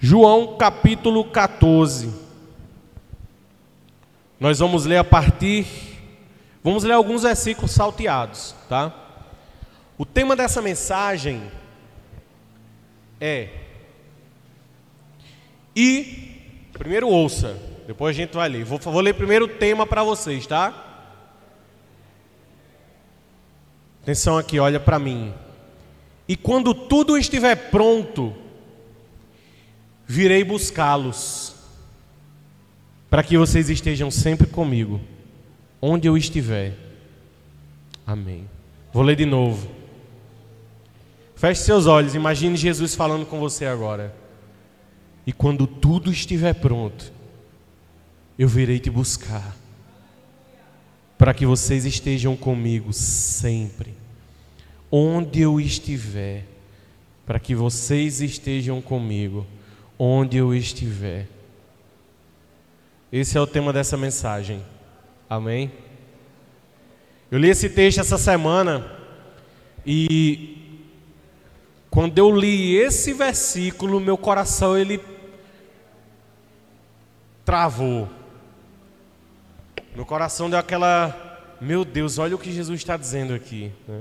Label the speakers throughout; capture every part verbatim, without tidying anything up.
Speaker 1: João capítulo quatorze. Nós vamos ler a partir, vamos ler alguns versículos salteados, tá? O tema dessa mensagem é e, primeiro ouça, depois a gente vai ler. Vou, vou ler primeiro o tema para vocês, tá? Atenção aqui, olha para mim. E quando tudo estiver pronto, virei buscá-los, para que vocês estejam sempre comigo, onde eu estiver. Amém. Vou ler de novo. Feche seus olhos, imagine Jesus falando com você agora. E quando tudo estiver pronto, eu virei te buscar, para que vocês estejam comigo sempre, onde eu estiver, para que vocês estejam comigo, onde eu estiver. Esse é o tema dessa mensagem. Amém? Eu li esse texto essa semana e quando eu li esse versículo, meu coração ele travou. Meu coração deu aquela, meu Deus, olha o que Jesus está dizendo aqui, né?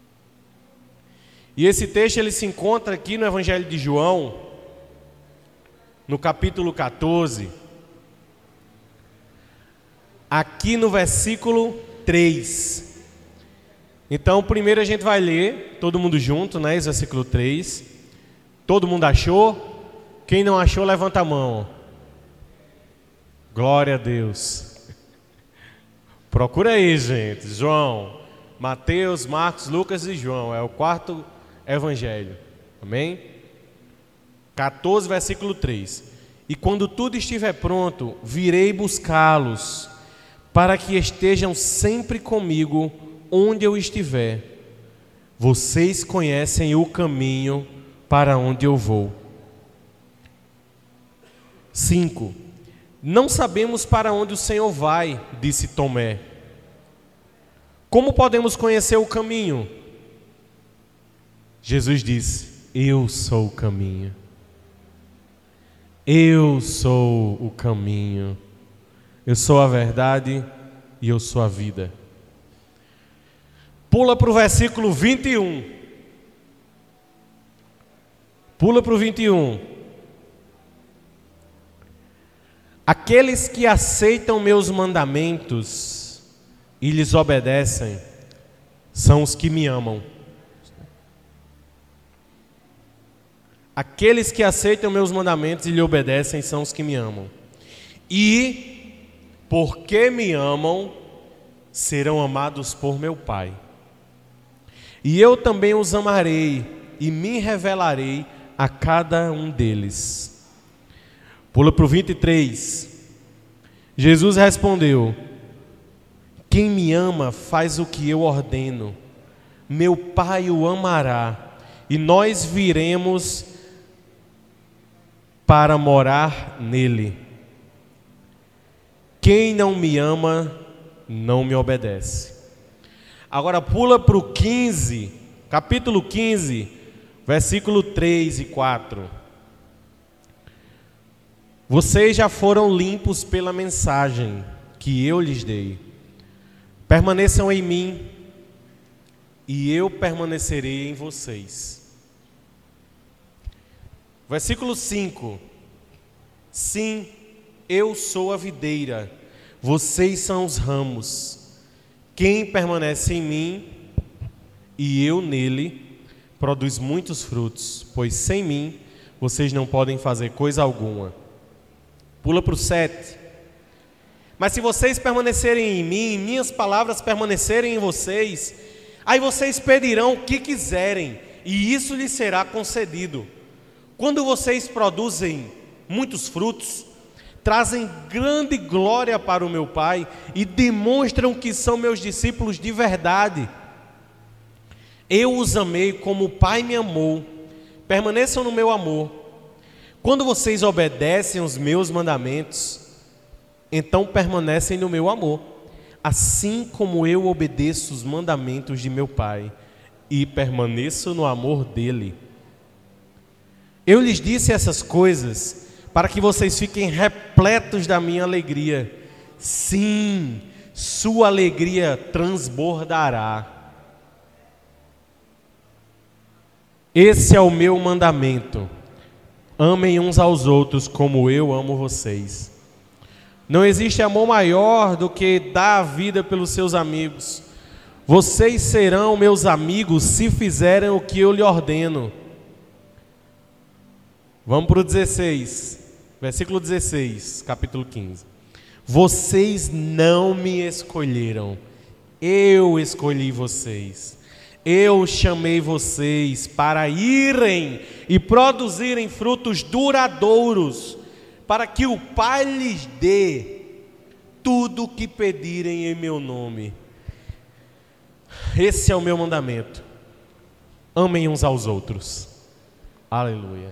Speaker 1: E esse texto ele se encontra aqui no Evangelho de João, no capítulo quatorze, aqui no versículo três. Então, primeiro a gente vai ler, todo mundo junto, né, esse versículo três. Todo mundo achou? Quem não achou, levanta a mão. Glória a Deus. Procura aí, gente. João, Mateus, Marcos, Lucas e João. É o quarto evangelho. Amém? quatorze, versículo três. E quando tudo estiver pronto, virei buscá-los, para que estejam sempre comigo onde eu estiver. Vocês conhecem o caminho para onde eu vou. cinco. Não sabemos para onde o Senhor vai, disse Tomé. Como podemos conhecer o caminho? Jesus disse: eu sou o caminho. Eu sou o caminho. Eu sou a verdade e eu sou a vida. Pula para o versículo vinte e um. Pula para o vinte e um. Aqueles que aceitam meus mandamentos e lhes obedecem são os que me amam. Aqueles que aceitam meus mandamentos e lhe obedecem são os que me amam. E, porque me amam, serão amados por meu Pai. E eu também os amarei e me revelarei a cada um deles. Pula para o vinte e três. Jesus respondeu: quem me ama faz o que eu ordeno. Meu Pai o amará e nós viremos para morar nele. Quem não me ama, não me obedece. Agora pula para o quinze, capítulo quinze, versículo três e quatro. Vocês já foram limpos pela mensagem que eu lhes dei. Permaneçam em mim e eu permanecerei em vocês. Versículo cinco. Sim, eu sou a videira, vocês são os ramos. Quem permanece em mim e eu nele, produz muitos frutos, pois sem mim vocês não podem fazer coisa alguma. Pula para o sete. Mas se vocês permanecerem em mim, minhas palavras permanecerem em vocês, aí vocês pedirão o que quiserem, e isso lhes será concedido. Quando vocês produzem muitos frutos, trazem grande glória para o meu Pai e demonstram que são meus discípulos de verdade. Eu os amei como o Pai me amou. Permaneçam no meu amor. Quando vocês obedecem os meus mandamentos, então permanecem no meu amor, assim como eu obedeço os mandamentos de meu Pai e permaneço no amor dele. Eu lhes disse essas coisas para que vocês fiquem repletos da minha alegria. Sim, sua alegria transbordará. Esse é o meu mandamento. Amem uns aos outros como eu amo vocês. Não existe amor maior do que dar a vida pelos seus amigos. Vocês serão meus amigos se fizerem o que eu lhe ordeno. Vamos para o dezesseis, versículo dezesseis, capítulo quinze. Vocês não me escolheram, eu escolhi vocês. Eu chamei vocês para irem e produzirem frutos duradouros, para que o Pai lhes dê tudo o que pedirem em meu nome. Esse é o meu mandamento. Amem uns aos outros. Aleluia.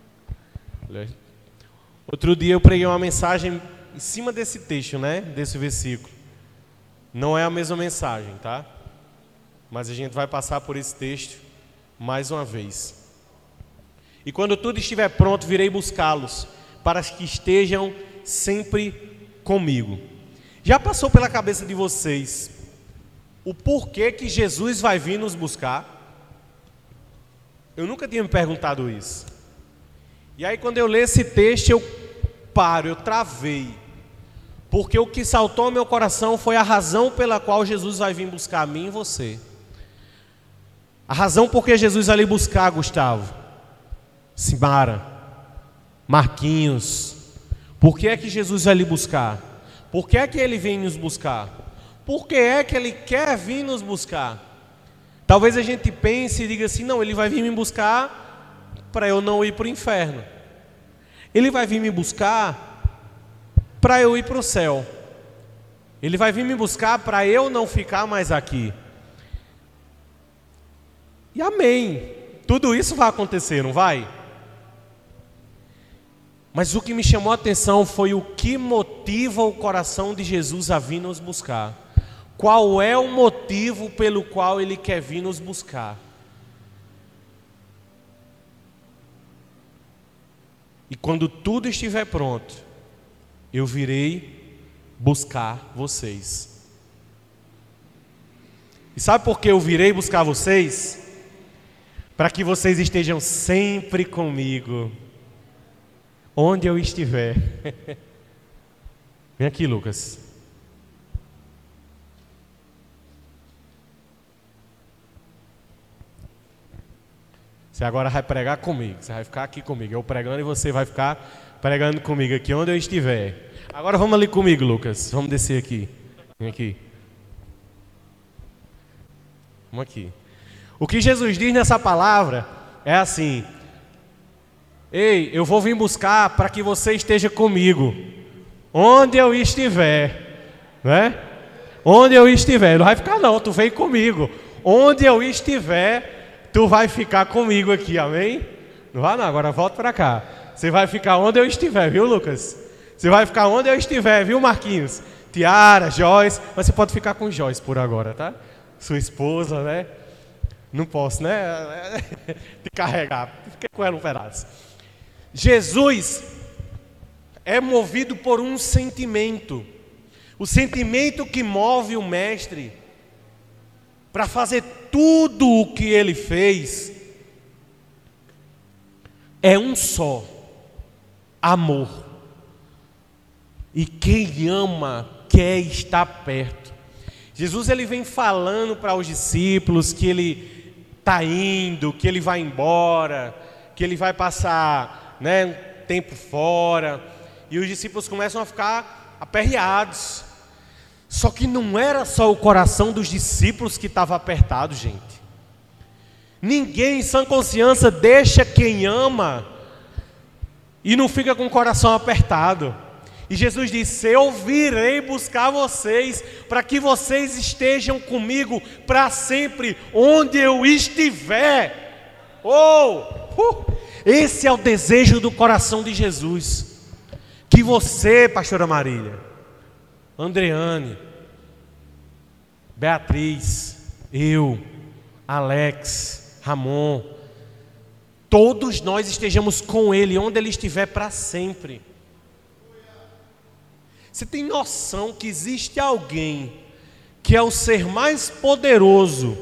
Speaker 1: Outro dia eu preguei uma mensagem em cima desse texto, né? Desse versículo. Não é a mesma mensagem, tá? Mas a gente vai passar por esse texto mais uma vez. E quando tudo estiver pronto, virei buscá-los, para que estejam sempre comigo. Já passou pela cabeça de vocês o porquê que Jesus vai vir nos buscar? Eu nunca tinha me perguntado isso. E aí quando eu leio esse texto, eu paro, eu travei. Porque o que saltou ao meu coração foi a razão pela qual Jesus vai vir buscar a mim e você. A razão por que Jesus vai lhe buscar, Gustavo, Simara, Marquinhos. Por que é que Jesus vai lhe buscar? Por que é que Ele vem nos buscar? Por que é que Ele quer vir nos buscar? Talvez a gente pense e diga assim, não, Ele vai vir me buscar para eu não ir para o inferno. Ele vai vir me buscar para eu ir para o céu. Ele vai vir me buscar para eu não ficar mais aqui. E amém. Tudo isso vai acontecer, não vai? Mas o que me chamou a atenção foi o que motiva o coração de Jesus a vir nos buscar. Qual é o motivo pelo qual Ele quer vir nos buscar? E quando tudo estiver pronto, eu virei buscar vocês. E sabe por que eu virei buscar vocês? Para que vocês estejam sempre comigo, onde eu estiver. Vem aqui, Lucas. Você agora vai pregar comigo, você vai ficar aqui comigo, eu pregando e você vai ficar pregando comigo aqui, onde eu estiver. Agora vamos ali comigo, Lucas, vamos descer aqui. Vem aqui. Vamos aqui. O que Jesus diz nessa palavra é assim: ei, eu vou vir buscar para que você esteja comigo, onde eu estiver, né? Onde eu estiver, não vai ficar não, tu vem comigo, onde eu estiver, tu vai ficar comigo aqui, amém? Não vai não, agora volta para cá. Você vai ficar onde eu estiver, viu, Lucas? Você vai ficar onde eu estiver, viu, Marquinhos? Tiara, Joyce, mas você pode ficar com Joyce por agora, tá? Sua esposa, né? Não posso, né? Te carregar, fiquei com ela um pedaço. Jesus é movido por um sentimento. O sentimento que move o mestre para fazer tudo o que ele fez é um só: amor. E quem ama quer estar perto. Jesus ele vem falando para os discípulos que ele está indo, que ele vai embora, que ele vai passar, né, um tempo fora. E os discípulos começam a ficar aperreados. Só que não era só o coração dos discípulos que estava apertado, gente. Ninguém em sã consciência deixa quem ama e não fica com o coração apertado. E Jesus disse: eu virei buscar vocês para que vocês estejam comigo para sempre, onde eu estiver. Oh, uh, esse é o desejo do coração de Jesus. Que você, pastora Marília, Andreane, Beatriz, eu, Alex, Ramon, todos nós estejamos com Ele, onde Ele estiver, para sempre. Você tem noção que existe alguém que é o ser mais poderoso,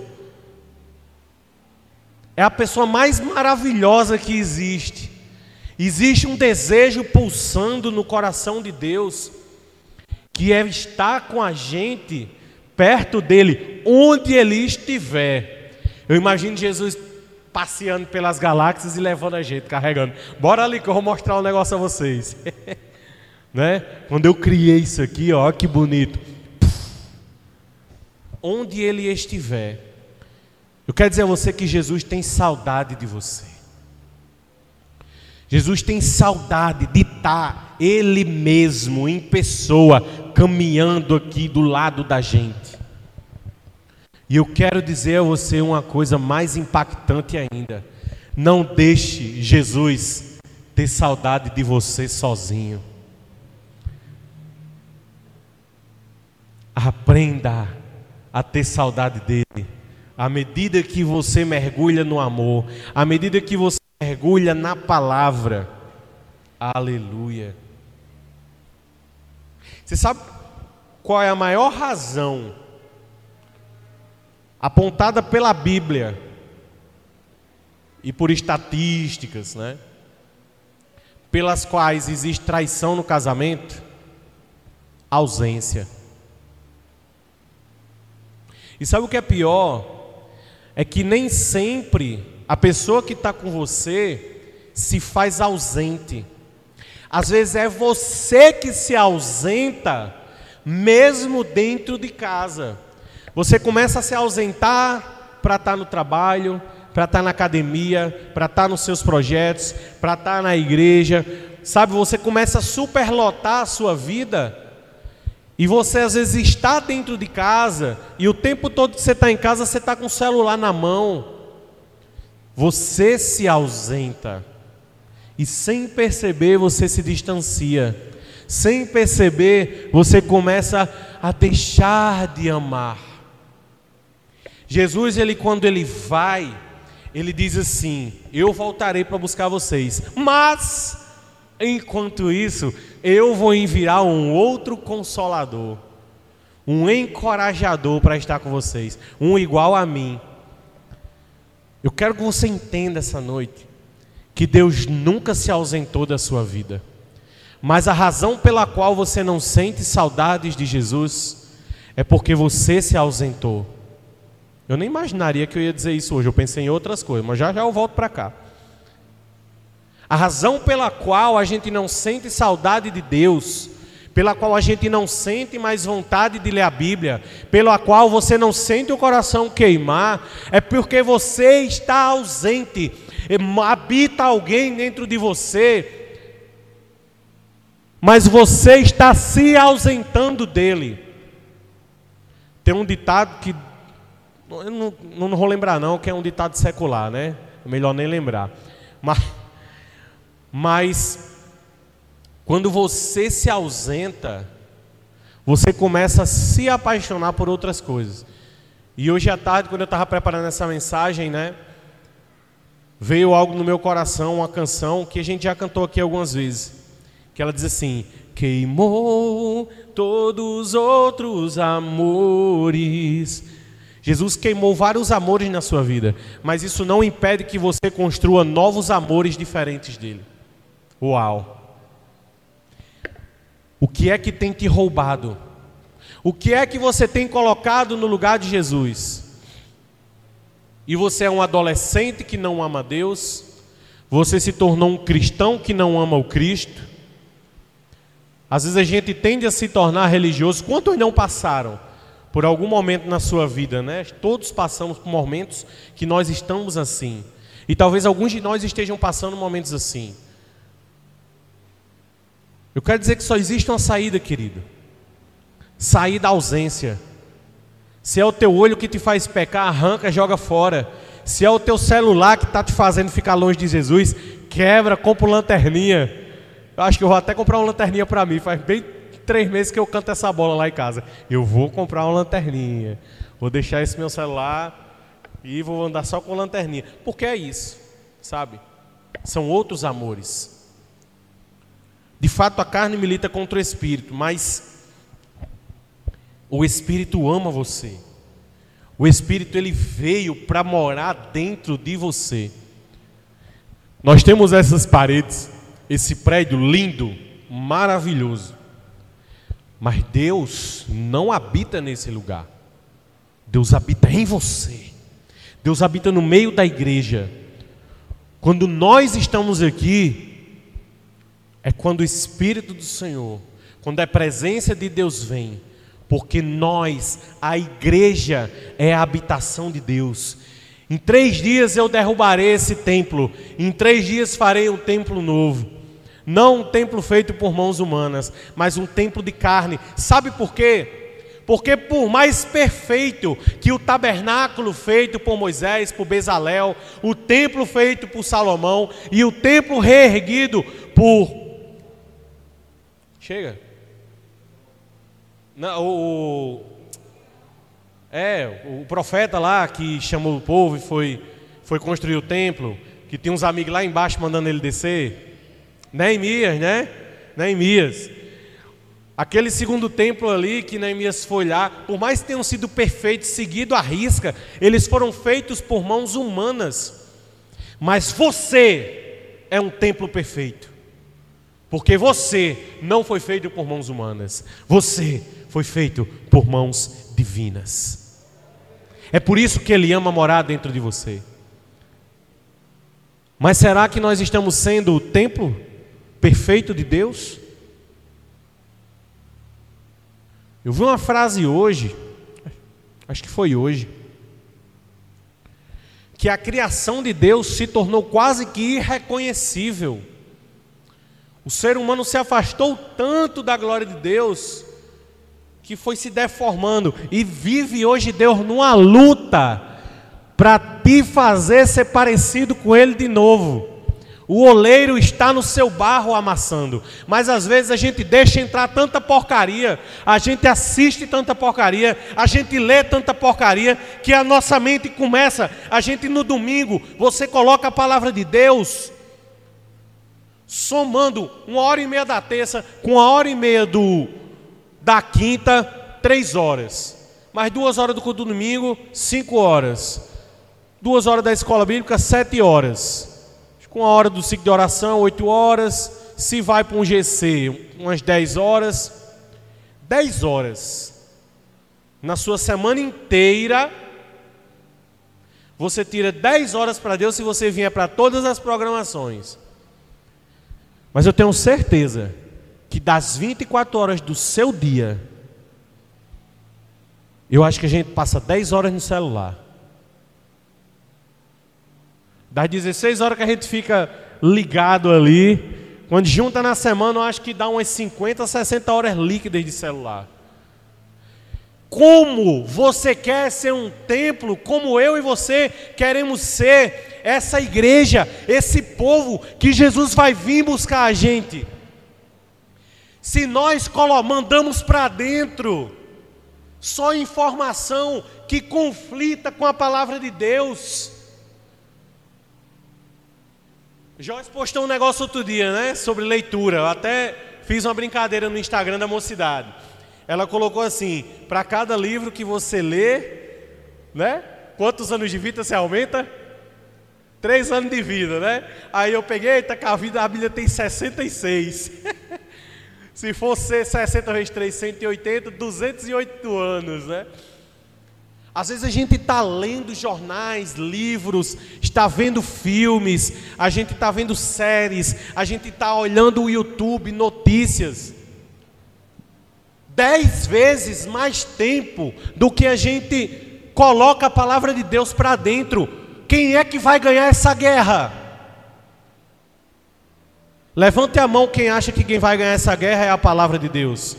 Speaker 1: é a pessoa mais maravilhosa que existe. Existe um desejo pulsando no coração de Deus, que é estar com a gente, perto dele, onde ele estiver. Eu imagino Jesus passeando pelas galáxias e levando a gente, carregando. Bora ali que eu vou mostrar um negócio a vocês. Né? Quando eu criei isso aqui, ó, que bonito. Onde ele estiver, eu quero dizer a você que Jesus tem saudade de você. Jesus tem saudade de estar Ele mesmo, em pessoa, caminhando aqui do lado da gente. E eu quero dizer a você uma coisa mais impactante ainda: não deixe Jesus ter saudade de você sozinho. Aprenda a ter saudade dele. À medida que você mergulha no amor, à medida que você mergulha na palavra. Aleluia. Você sabe qual é a maior razão apontada pela Bíblia e por estatísticas, né, pelas quais existe traição no casamento? Ausência. E sabe o que é pior? É que nem sempre a pessoa que está com você se faz ausente. Às vezes é você que se ausenta, mesmo dentro de casa. Você começa a se ausentar para estar no trabalho, para estar na academia, para estar nos seus projetos, para estar na igreja. Sabe, você começa a superlotar a sua vida. E você às vezes está dentro de casa, e o tempo todo que você está em casa, você está com o celular na mão. Você se ausenta, e sem perceber você se distancia. Sem perceber você começa a deixar de amar. Jesus, ele quando ele vai, ele diz assim: eu voltarei para buscar vocês, mas enquanto isso eu vou enviar um outro consolador, um encorajador para estar com vocês, um igual a mim. Eu quero que você entenda essa noite que Deus nunca se ausentou da sua vida, mas a razão pela qual você não sente saudades de Jesus é porque você se ausentou. Eu nem imaginaria que eu ia dizer isso hoje, eu pensei em outras coisas, mas já já eu volto para cá. A razão pela qual a gente não sente saudade de Deus, pela qual a gente não sente mais vontade de ler a Bíblia, pela qual você não sente o coração queimar, é porque você está ausente. Habita alguém dentro de você, mas você está se ausentando dele. Tem um ditado que eu não, não vou lembrar não, que é um ditado secular, né? É melhor nem lembrar. Mas, mas quando você se ausenta, você começa a se apaixonar por outras coisas. E hoje à tarde, quando eu estava preparando essa mensagem, né, veio algo no meu coração, uma canção que a gente já cantou aqui algumas vezes, que ela diz assim: queimou todos os outros amores. Jesus queimou vários amores na sua vida, mas isso não impede que você construa novos amores diferentes dele. Uau! O que é que tem te roubado? O que é que você tem colocado no lugar de Jesus? E você é um adolescente que não ama Deus? Você se tornou um cristão que não ama o Cristo? Às vezes a gente tende a se tornar religioso. Quantos não passaram por algum momento na sua vida, né? Todos passamos por momentos que nós estamos assim. E talvez alguns de nós estejam passando momentos assim. Eu quero dizer que só existe uma saída, querido. Sair da ausência. Se é o teu olho que te faz pecar, arranca, joga fora. Se é o teu celular que está te fazendo ficar longe de Jesus, quebra, compra uma lanterninha. Eu acho que eu vou até comprar uma lanterninha para mim. Faz bem três meses que eu canto essa bola lá em casa. Eu vou comprar uma lanterninha. Vou deixar esse meu celular e vou andar só com lanterninha. Porque é isso, sabe? São outros amores. De fato, a carne milita contra o espírito, mas o espírito ama você. O espírito, ele veio para morar dentro de você. Nós temos essas paredes, esse prédio lindo, maravilhoso. Mas Deus não habita nesse lugar. Deus habita em você. Deus habita no meio da igreja. Quando nós estamos aqui, é quando o Espírito do Senhor, quando a presença de Deus vem, porque nós, a igreja, é a habitação de Deus. Em três dias eu derrubarei esse templo, em três dias farei um templo novo. Não um templo feito por mãos humanas, mas um templo de carne. Sabe por quê? Porque por mais perfeito que o tabernáculo feito por Moisés, por Bezalel, o templo feito por Salomão e o templo reerguido por... Chega. Não, o... É, o profeta lá que chamou o povo e foi, foi construir o templo, que tinha uns amigos lá embaixo mandando ele descer. Neemias, né? Neemias. Aquele segundo templo ali que Neemias foi lá, por mais que tenham sido perfeitos, seguido à risca, eles foram feitos por mãos humanas. Mas você é um templo perfeito, porque você não foi feito por mãos humanas, você foi feito por mãos divinas. É por isso que Ele ama morar dentro de você. Mas será que nós estamos sendo o templo perfeito de Deus? Eu vi uma frase hoje, acho que foi hoje, que a criação de Deus se tornou quase que irreconhecível. O ser humano se afastou tanto da glória de Deus que foi se deformando e vive hoje Deus numa luta para te fazer ser parecido com Ele de novo. O oleiro está no seu barro amassando, mas às vezes a gente deixa entrar tanta porcaria, a gente assiste tanta porcaria, a gente lê tanta porcaria, que a nossa mente começa, a gente no domingo, você coloca a palavra de Deus, somando uma hora e meia da terça com a hora e meia do, da quinta, três horas, mais duas horas do culto do domingo, cinco horas, duas horas da escola bíblica, sete horas. Com a hora do ciclo de oração, oito horas. Se vai para um G C, umas dez horas. dez horas. Na sua semana inteira, você tira dez horas para Deus se você vier para todas as programações. Mas eu tenho certeza que das vinte e quatro horas do seu dia, eu acho que a gente passa dez horas no celular. Das dezesseis horas que a gente fica ligado ali, quando junta na semana, eu acho que dá umas cinquenta, sessenta horas líquidas de celular. Como você quer ser um templo, como eu e você queremos ser essa igreja, esse povo que Jesus vai vir buscar a gente. Se nós mandamos para dentro só informação que conflita com a palavra de Deus. Joyce postou um negócio outro dia, né, sobre leitura. Eu até fiz uma brincadeira no Instagram da mocidade. Ela colocou assim: para cada livro que você lê, né, quantos anos de vida você aumenta? Três anos de vida, né? Aí eu peguei, eita, que a vida, a Bíblia tem sessenta e seis. Se fosse sessenta vezes três, cento e oitenta, duzentos e oito anos, né? Às vezes a gente está lendo jornais, livros, está vendo filmes, a gente está vendo séries, a gente está olhando o YouTube, notícias. Dez vezes mais tempo do que a gente coloca a palavra de Deus para dentro. Quem é que vai ganhar essa guerra? Levante a mão quem acha que quem vai ganhar essa guerra é a palavra de Deus.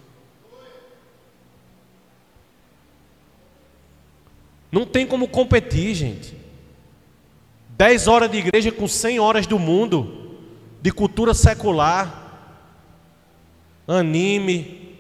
Speaker 1: Não tem como competir, gente. Dez horas de igreja com cem horas do mundo, de cultura secular, anime,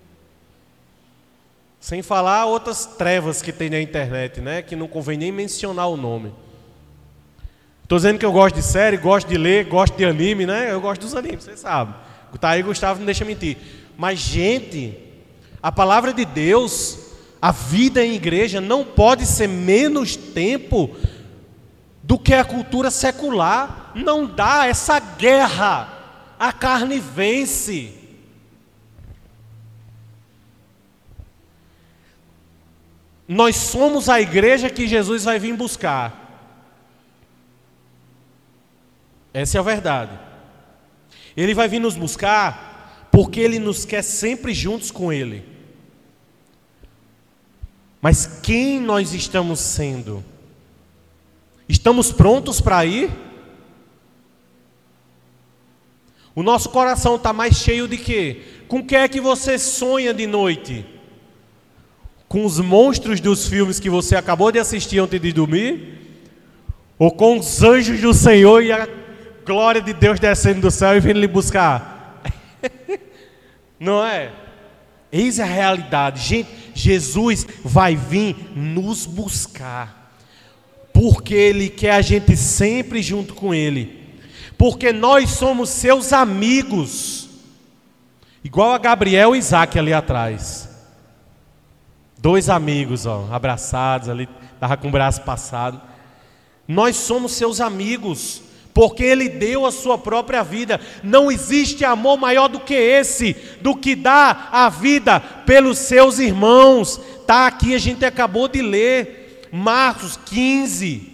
Speaker 1: sem falar outras trevas que tem na internet, né? Que não convém nem mencionar o nome. Estou dizendo que eu gosto de série, gosto de ler, gosto de anime, né? Eu gosto dos animes, vocês sabem. Tá aí, Gustavo, não deixa mentir. Mas, gente, a palavra de Deus, a vida em igreja não pode ser menos tempo do que a cultura secular. Não dá, essa guerra, a carne vence. Nós somos a igreja que Jesus vai vir buscar. Essa é a verdade. Ele vai vir nos buscar porque Ele nos quer sempre juntos com Ele. Mas quem nós estamos sendo? Estamos prontos para ir? O nosso coração está mais cheio de quê? Com o que é que você sonha de noite? Com os monstros dos filmes que você acabou de assistir antes de dormir? Ou com os anjos do Senhor e a glória de Deus descendo do céu e vindo lhe buscar? Não é? Eis a realidade. Gente, Jesus vai vir nos buscar, porque Ele quer a gente sempre junto com Ele, porque nós somos seus amigos, igual a Gabriel e Isaac ali atrás. Dois amigos, ó, abraçados ali, estava com o braço passado. Nós somos seus amigos, porque Ele deu a sua própria vida. Não existe amor maior do que esse, do que dar a vida pelos seus irmãos. Está aqui, a gente acabou de ler, Marcos quinze.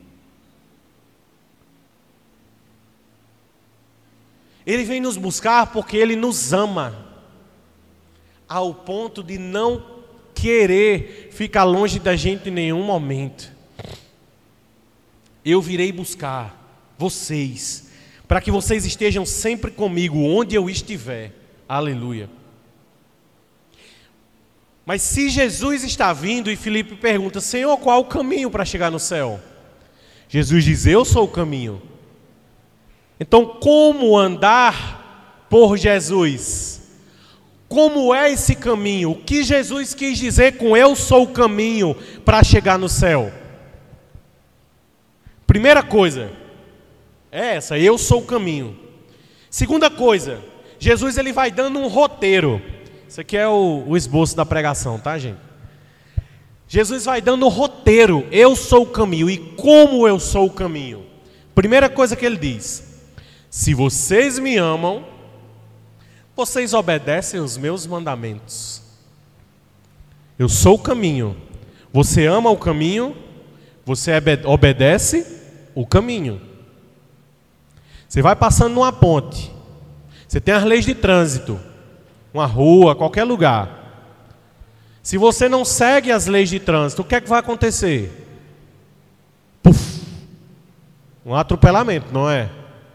Speaker 1: Ele vem nos buscar porque Ele nos ama, ao ponto de não querer ficar longe da gente em nenhum momento. Eu virei buscar vocês, para que vocês estejam sempre comigo, onde eu estiver. Aleluia. Mas se Jesus está vindo e Filipe pergunta: Senhor, qual o caminho para chegar no céu? Jesus diz: eu sou o caminho. Então, como andar por Jesus? Como é esse caminho? O que Jesus quis dizer com eu sou o caminho para chegar no céu? Primeira coisa é essa: eu sou o caminho. Segunda coisa, Jesus ele vai dando um roteiro. Isso aqui é o, o esboço da pregação, tá, gente? Jesus vai dando um roteiro: eu sou o caminho. E como eu sou o caminho? Primeira coisa que ele diz: se vocês me amam, vocês obedecem os meus mandamentos. Eu sou o caminho. Você ama o caminho, você obedece o caminho. Você vai passando numa ponte, você tem as leis de trânsito, uma rua, qualquer lugar. Se você não segue as leis de trânsito, o que é que vai acontecer? Puf, um atropelamento, não é?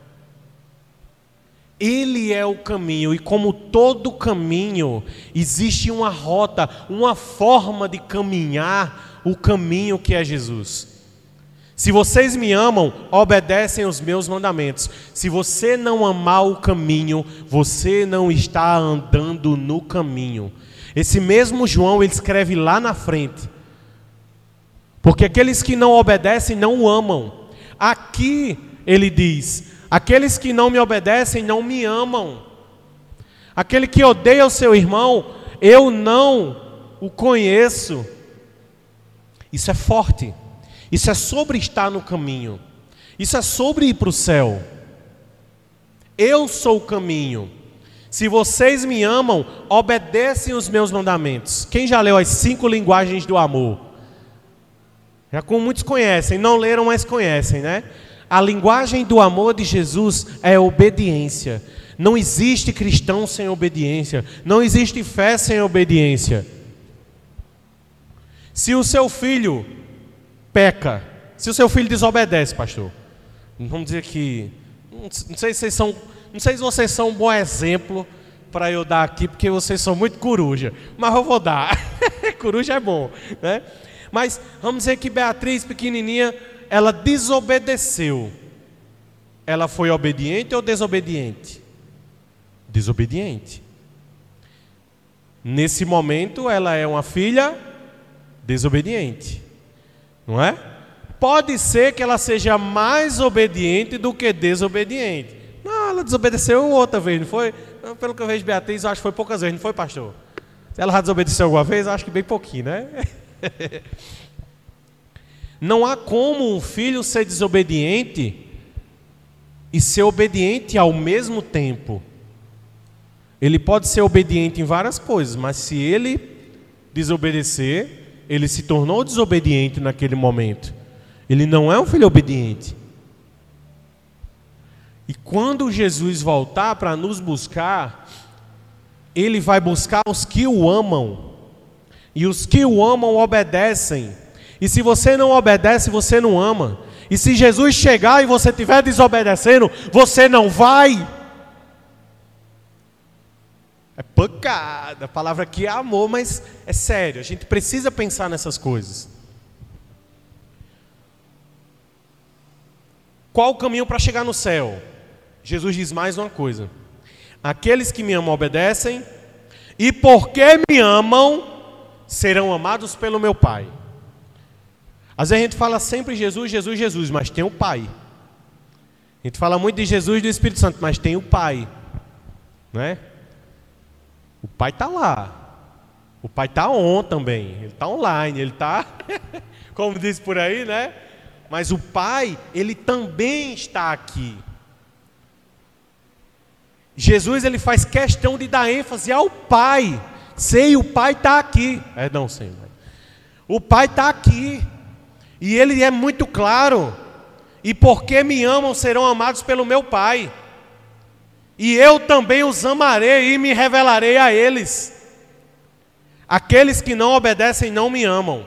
Speaker 1: Ele é o caminho, e como todo caminho, existe uma rota, uma forma de caminhar o caminho que é Jesus. Se vocês me amam, obedecem os meus mandamentos. Se você não amar o caminho, você não está andando no caminho. Esse mesmo João, ele escreve lá na frente: porque aqueles que não obedecem não o amam. Aqui ele diz: aqueles que não me obedecem não me amam. Aquele que odeia o seu irmão, eu não o conheço. Isso é forte. Isso é sobre estar no caminho. Isso é sobre ir para o céu. Eu sou o caminho. Se vocês me amam, obedecem os meus mandamentos. Quem já leu as cinco linguagens do amor? Já como muitos conhecem, não leram, mas conhecem, né? A linguagem do amor de Jesus é obediência. Não existe cristão sem obediência. Não existe fé sem obediência. Se o seu filho peca, se o seu filho desobedece, pastor, vamos dizer que, não sei se vocês são, não sei se vocês são um bom exemplo para eu dar aqui, porque vocês são muito coruja, mas eu vou dar. Coruja é bom, né? Mas vamos dizer que Beatriz, pequenininha, ela desobedeceu. Ela foi obediente ou desobediente? Desobediente. Nesse momento ela é uma filha desobediente, não é? pode ser que ela seja mais obediente do que desobediente. Não, ela desobedeceu outra vez, não foi? Pelo que eu vejo Beatriz, eu acho que foi poucas vezes, não foi, pastor? Se ela já desobedeceu alguma vez, eu acho que bem pouquinho, né? Não há como um filho ser desobediente e ser obediente ao mesmo tempo. Ele pode ser obediente em várias coisas, mas se ele desobedecer, ele se tornou desobediente naquele momento. Ele não é um filho obediente. E quando Jesus voltar para nos buscar, ele vai buscar os que o amam. E os que o amam obedecem. E se você não obedece, você não ama. E se Jesus chegar e você estiver desobedecendo, você não vai. É pancada. A palavra aqui é amor, mas é sério. A gente precisa pensar nessas coisas. Qual o caminho para chegar no céu? Jesus diz mais uma coisa: aqueles que me amam obedecem, e porque me amam, serão amados pelo meu Pai. Às vezes a gente fala sempre Jesus, Jesus, Jesus, mas tem o Pai. A gente fala muito de Jesus e do Espírito Santo, mas tem o Pai, né? O Pai está lá. O Pai está on também. Ele está online, ele está, como diz por aí, né? Mas o Pai, ele também está aqui. Jesus, ele faz questão de dar ênfase ao Pai. Sei, o Pai está aqui. É, não, Senhor. O Pai está aqui. E ele é muito claro. E porque me amam, serão amados pelo meu Pai. E eu também os amarei e me revelarei a eles. Aqueles que não obedecem não me amam.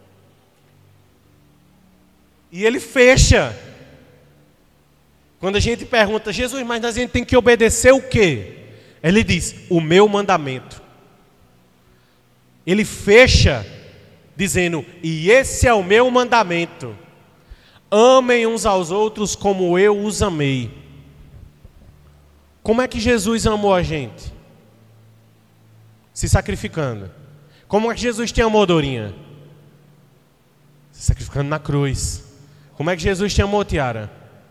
Speaker 1: E ele fecha. Quando a gente pergunta, Jesus, mas a gente tem que obedecer o quê? Ele diz, o meu mandamento. Ele fecha, dizendo, e esse é o meu mandamento. Amem uns aos outros como eu os amei. Como é que Jesus amou a gente? Se sacrificando. Como é que Jesus te amou, Dorinha? Se sacrificando na cruz. Como é que Jesus te amou, Tiara?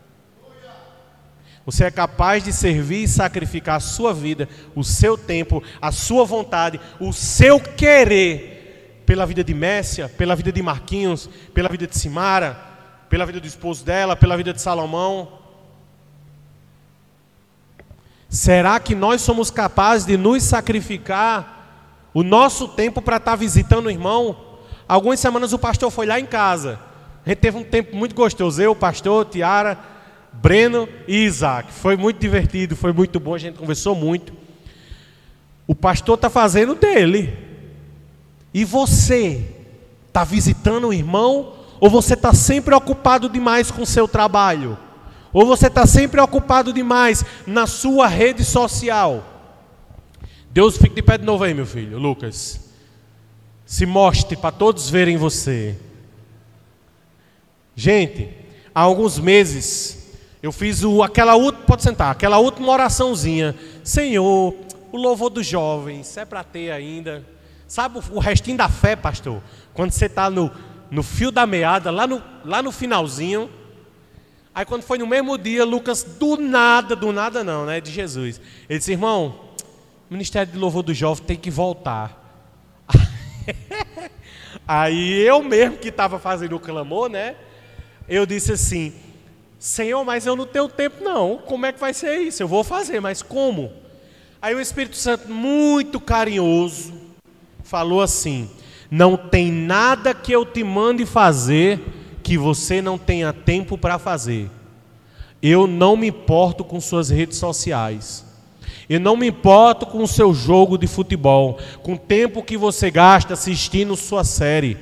Speaker 1: Você é capaz de servir e sacrificar a sua vida, o seu tempo, a sua vontade, o seu querer, pela vida de Messia, pela vida de Marquinhos, pela vida de Simara, pela vida do esposo dela, pela vida de Salomão. Será que nós somos capazes de nos sacrificar o nosso tempo para estar visitando o irmão? Algumas semanas o pastor foi lá em casa. A gente teve um tempo muito gostoso, eu, o pastor, Tiara, Breno e Isaac. Foi muito divertido, foi muito bom, a gente conversou muito. O pastor está fazendo dele. E você está visitando o irmão? Ou você está sempre ocupado demais com o seu trabalho? Ou você está sempre ocupado demais na sua rede social? Deus, fique de pé de novo aí, meu filho, Lucas. Se mostre para todos verem você. Gente, há alguns meses eu fiz o, aquela última, pode sentar, aquela última oraçãozinha. Senhor, o louvor dos jovens, se é para ter ainda. Sabe o, o restinho da fé, pastor? Quando você está no, no fio da meada, lá no, lá no finalzinho. Aí quando foi no mesmo dia, Lucas, do nada, do nada não, né? De Jesus. Ele disse, irmão, o Ministério de Louvor do Jovem tem que voltar. Aí eu mesmo que estava fazendo o clamor, né? Eu disse assim, Senhor, mas eu não tenho tempo não. Como é que vai ser isso? Eu vou fazer, mas como? Aí o Espírito Santo, muito carinhoso, falou assim, não tem nada que eu te mande fazer que você não tenha tempo para fazer. Eu não me importo com suas redes sociais. Eu não me importo com o seu jogo de futebol, com o tempo que você gasta assistindo sua série.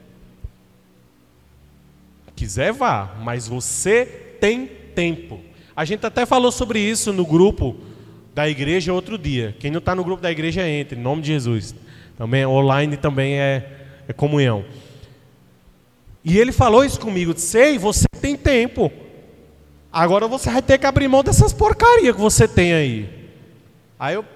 Speaker 1: Quiser vá, mas você tem tempo. A gente até falou sobre isso no grupo da igreja outro dia. Quem não está no grupo da igreja, entre, em nome de Jesus. Também online também é, é comunhão. E ele falou isso comigo, disse, sei, você tem tempo. Agora você vai ter que abrir mão dessas porcarias que você tem aí. Aí eu,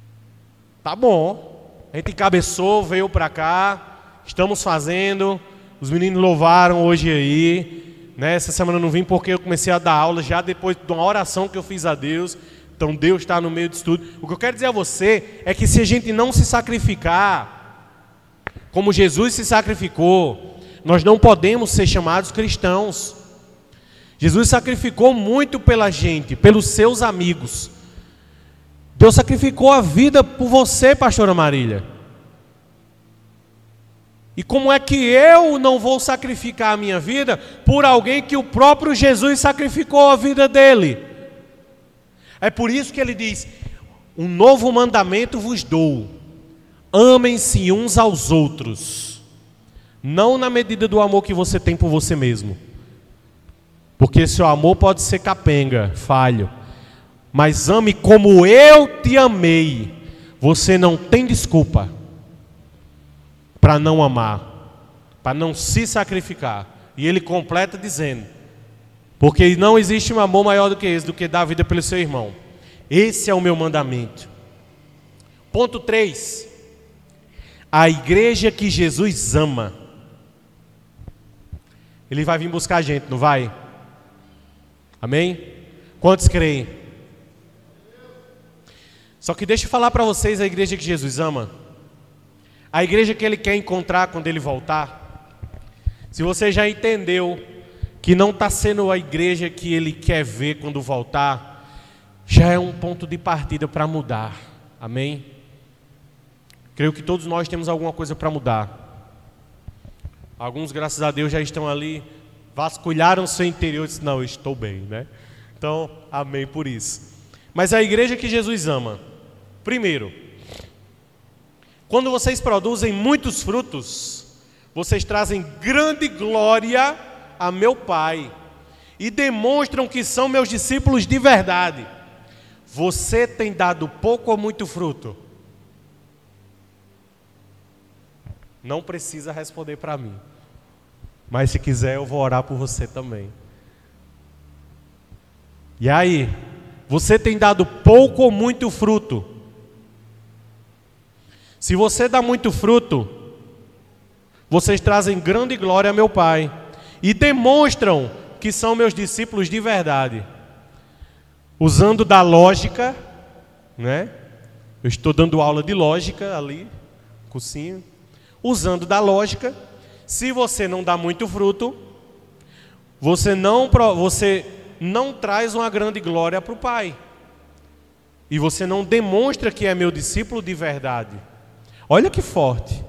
Speaker 1: tá bom, a gente encabeçou, veio para cá, estamos fazendo, Os meninos louvaram hoje aí, né? Essa semana eu não vim porque eu comecei a dar aula já depois de uma oração que eu fiz a Deus. Então Deus está no meio disso tudo. O que eu quero dizer a você é que se a gente não se sacrificar, como Jesus se sacrificou, nós não podemos ser chamados cristãos. Jesus sacrificou muito pela gente, pelos seus amigos. Deus sacrificou a vida por você, pastora Marília. E como é que eu não vou sacrificar a minha vida por alguém que o próprio Jesus sacrificou a vida dele? É por isso que ele diz: um novo mandamento vos dou, amem-se uns aos outros, não na medida do amor que você tem por você mesmo, porque seu amor pode ser capenga, falho, mas ame como eu te amei. Você não tem desculpa para não amar, para não se sacrificar. E ele completa dizendo: porque não existe um amor maior do que esse, do que dar a vida pelo seu irmão. Esse é o meu mandamento. Ponto três. A igreja que Jesus ama. Ele vai vir buscar a gente, não vai? Amém? Quantos creem? Só que deixa eu falar para vocês a igreja que Jesus ama. A igreja que Ele quer encontrar quando Ele voltar. Se você já entendeu que não está sendo a igreja que Ele quer ver quando voltar, já é um ponto de partida para mudar. Amém? Creio que todos nós temos alguma coisa para mudar. Alguns, graças a Deus, já estão ali, vasculharam o seu interior e disseram: não, eu estou bem, né? Então, amém por isso. Mas a igreja que Jesus ama, primeiro, quando vocês produzem muitos frutos, vocês trazem grande glória a meu Pai e demonstram que são meus discípulos de verdade. Você tem dado pouco ou muito fruto? Não precisa responder para mim, mas se quiser eu vou orar por você também. E aí, você tem dado pouco ou muito fruto? Se você dá muito fruto, vocês trazem grande glória a meu Pai e demonstram que são meus discípulos de verdade. Usando da lógica, né? Eu estou dando aula de lógica ali, cursinho. Usando da lógica, se você não dá muito fruto, você não, você não traz uma grande glória para o Pai. E você não demonstra que é meu discípulo de verdade. Olha que forte.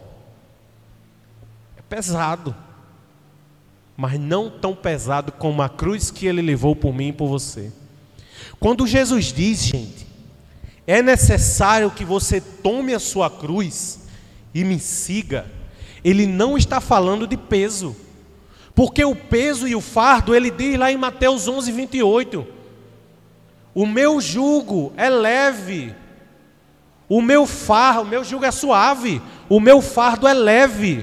Speaker 1: É pesado. Mas não tão pesado como a cruz que Ele levou por mim e por você. Quando Jesus diz, gente, é necessário que você tome a sua cruz e me siga, Ele não está falando de peso. Porque o peso e o fardo, Ele diz lá em Mateus onze, vinte e oito. O meu jugo é leve. O meu fardo, o meu jugo é suave. O meu fardo é leve.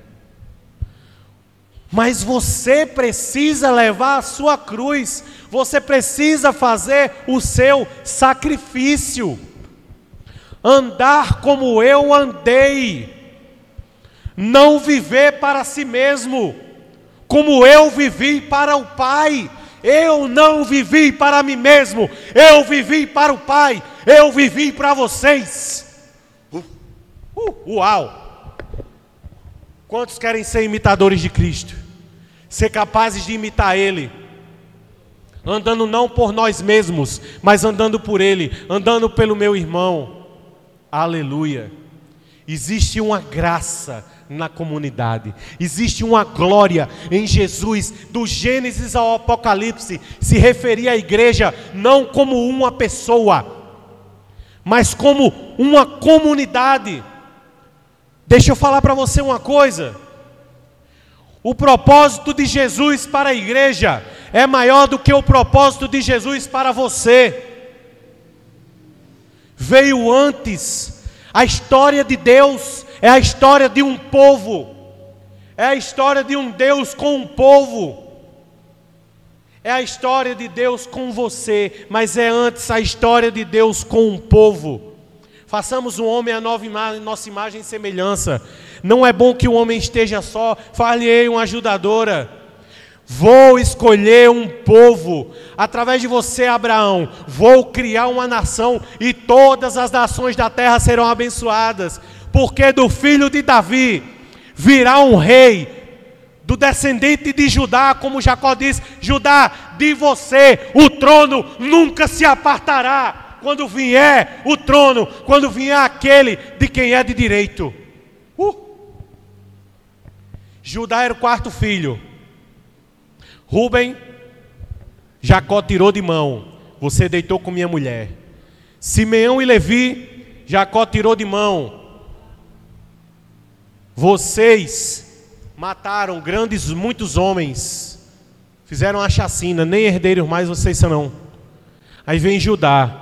Speaker 1: Mas você precisa levar a sua cruz. Você precisa fazer o seu sacrifício. Andar como eu andei. Não viver para si mesmo, como eu vivi para o Pai. Eu não vivi para mim mesmo, eu vivi para o Pai. Eu vivi para vocês. uh, uh, Uau! Quantos querem ser imitadores de Cristo? Ser capazes de imitar Ele, andando não por nós mesmos, mas andando por Ele, andando pelo meu irmão. Aleluia! Existe uma graça na comunidade, existe uma glória em Jesus. Do Gênesis ao Apocalipse, se referia à igreja não como uma pessoa, mas como uma comunidade. Deixa eu falar para você uma coisa: o propósito de Jesus para a igreja é maior do que o propósito de Jesus para você. Veio antes. A história de Deus é a história de um povo. É a história de um Deus com um povo. É a história de Deus com você, mas é antes a história de Deus com um povo. Façamos o homem a nova ima- nossa imagem e semelhança. Não é bom que o homem esteja só. Far-lhe-ei uma ajudadora. Vou escolher um povo, através de você, Abraão, vou criar uma nação, e todas as nações da terra serão abençoadas, porque do filho de Davi virá um rei, do descendente de Judá, como Jacó diz: Judá, de você o trono nunca se apartará, quando vier o trono, quando vier aquele de quem é de direito. Uh! Judá era o quarto filho. Rúben, Jacó tirou de mão: você deitou com minha mulher. Simeão e Levi, Jacó tirou de mão: vocês mataram grandes, muitos homens, fizeram a chacina, nem herdeiros mais vocês são. Aí vem Judá.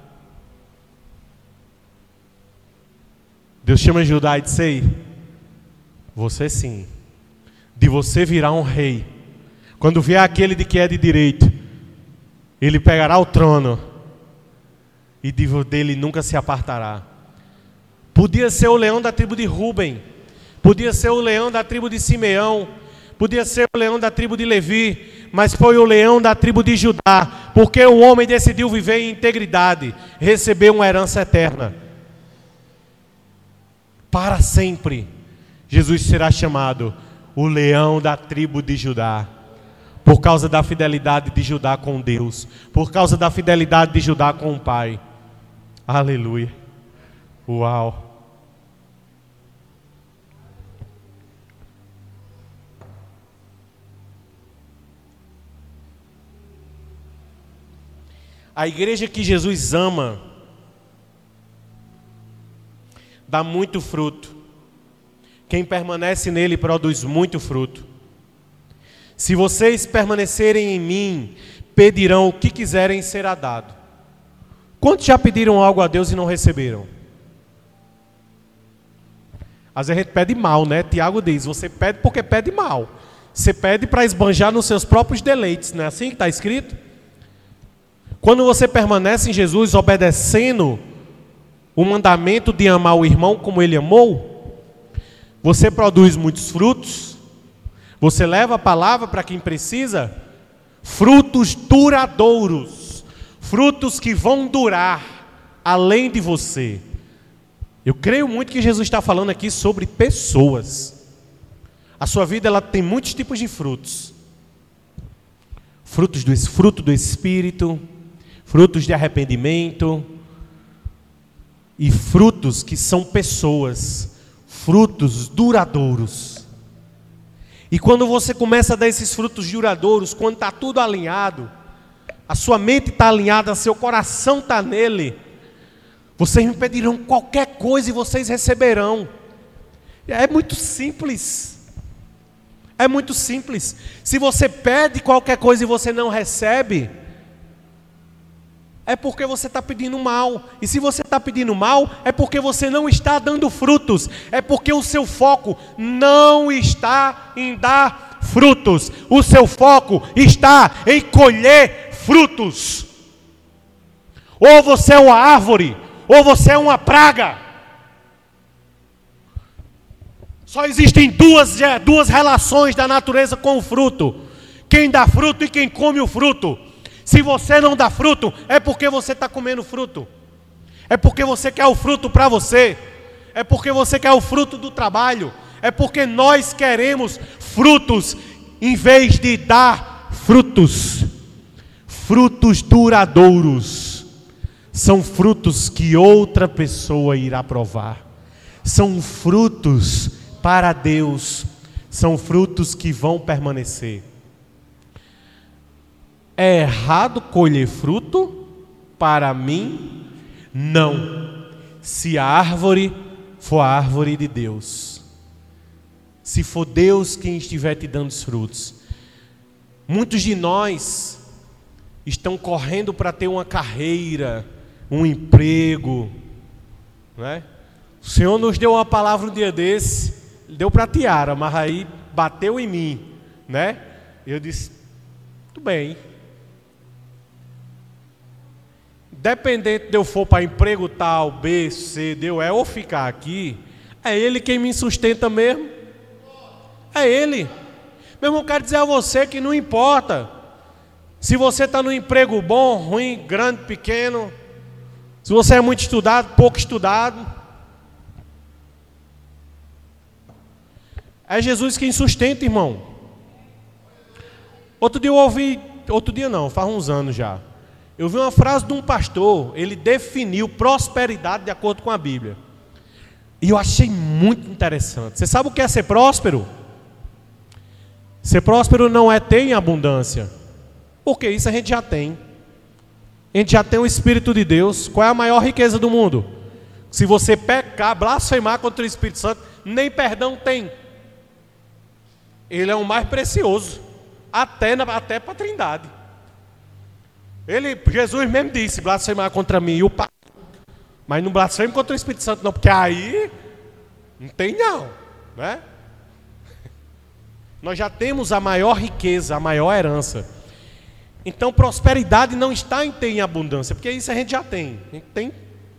Speaker 1: Deus chama Judá e diz: ei, você sim, de você virá um rei. Quando vier aquele de que é de direito, ele pegará o trono e dele nunca se apartará. Podia ser o leão da tribo de Rúben, podia ser o leão da tribo de Simeão, podia ser o leão da tribo de Levi, mas foi o leão da tribo de Judá, porque o homem decidiu viver em integridade, receber uma herança eterna. Para sempre, Jesus será chamado o leão da tribo de Judá, por causa da fidelidade de Judá com Deus, por causa da fidelidade de Judá com o Pai. Aleluia. Uau. A igreja que Jesus ama dá muito fruto. Quem permanece nele produz muito fruto. Se vocês permanecerem em mim, pedirão o que quiserem e será dado. Quantos já pediram algo a Deus e não receberam? Às vezes a gente pede mal, né? Tiago diz: você pede porque pede mal. Você pede para esbanjar nos seus próprios deleites, não é assim que está escrito? Quando você permanece em Jesus, obedecendo o mandamento de amar o irmão como ele amou, você produz muitos frutos. Você leva a palavra para quem precisa, frutos duradouros, frutos que vão durar além de você. Eu creio muito que Jesus está falando aqui sobre pessoas. A sua vida, ela tem muitos tipos de frutos. Frutos do, fruto do Espírito, frutos de arrependimento, e frutos que são pessoas, frutos duradouros. E quando você começa a dar esses frutos duradouros, quando está tudo alinhado, a sua mente está alinhada, seu coração está nele, vocês me pedirão qualquer coisa e vocês receberão. É muito simples. É muito simples. Se você pede qualquer coisa e você não recebe, é porque você está pedindo mal. E se você está pedindo mal, é porque você não está dando frutos. É porque o seu foco não está em dar frutos. O seu foco está em colher frutos. Ou você é uma árvore, ou você é uma praga. Só existem duas, duas relações da natureza com o fruto: quem dá fruto e quem come o fruto. Se você não dá fruto, é porque você está comendo fruto. É porque você quer o fruto para você. É porque você quer o fruto do trabalho. É porque nós queremos frutos em vez de dar frutos. Frutos duradouros. São frutos que outra pessoa irá provar. São frutos para Deus. São frutos que vão permanecer. É errado colher fruto? Para mim, não. Se a árvore for a árvore de Deus. Se for Deus quem estiver te dando os frutos. Muitos de nós estão correndo para ter uma carreira, um emprego, né? O Senhor nos deu uma palavra um dia desse, deu para a Tiara, mas aí bateu em mim, né? Eu disse: tudo bem. dependente de eu for para emprego tal, B, C, D, E, ou ficar aqui, é Ele quem me sustenta mesmo. É Ele. Meu irmão, eu quero dizer a você que não importa se você está no emprego bom, ruim, grande, pequeno, se você é muito estudado, pouco estudado. É Jesus quem sustenta, irmão. Outro dia eu ouvi, outro dia não, faz uns anos já. Eu vi uma frase de um pastor, ele definiu prosperidade de acordo com a Bíblia. E eu achei muito interessante. Você sabe o que é ser próspero? Ser próspero não é ter em abundância, porque isso a gente já tem. A gente já tem o Espírito de Deus. Qual é a maior riqueza do mundo? Se você pecar, blasfemar contra o Espírito Santo, nem perdão tem. Ele é o mais precioso, até, na, até para a Trindade. Ele, Jesus mesmo disse, blasfemar contra mim e o Pai. Mas não blasfeme contra o Espírito Santo não, porque aí não tem não, né? Nós já temos a maior riqueza, a maior herança. Então prosperidade não está em ter em abundância, porque isso a gente já tem. A gente tem.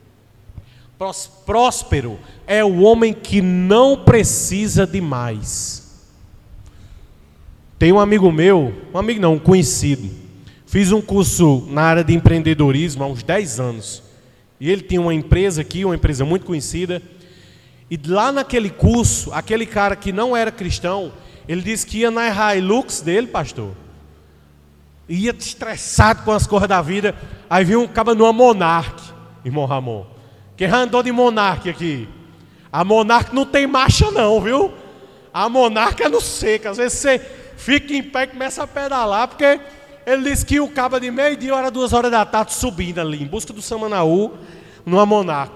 Speaker 1: Próspero é o homem que não precisa de mais. Tem um amigo meu, um amigo não, um conhecido. Fiz um curso na área de empreendedorismo há uns dez anos. E ele tinha uma empresa aqui, uma empresa muito conhecida. E lá naquele curso, aquele cara que não era cristão, ele disse que ia na Hilux dele, pastor. Ia estressado com as coisas da vida. Aí viu um cara numa Monarch, irmão Ramon. Quem já andou de Monarch aqui? A Monarch não tem marcha não, viu? A Monarch é no seco. Às vezes você fica em pé e começa a pedalar, porque ele disse que o cabo de meio-dia, hora, duas horas da tarde, subindo ali, em busca do Samanaú, numa Monarch.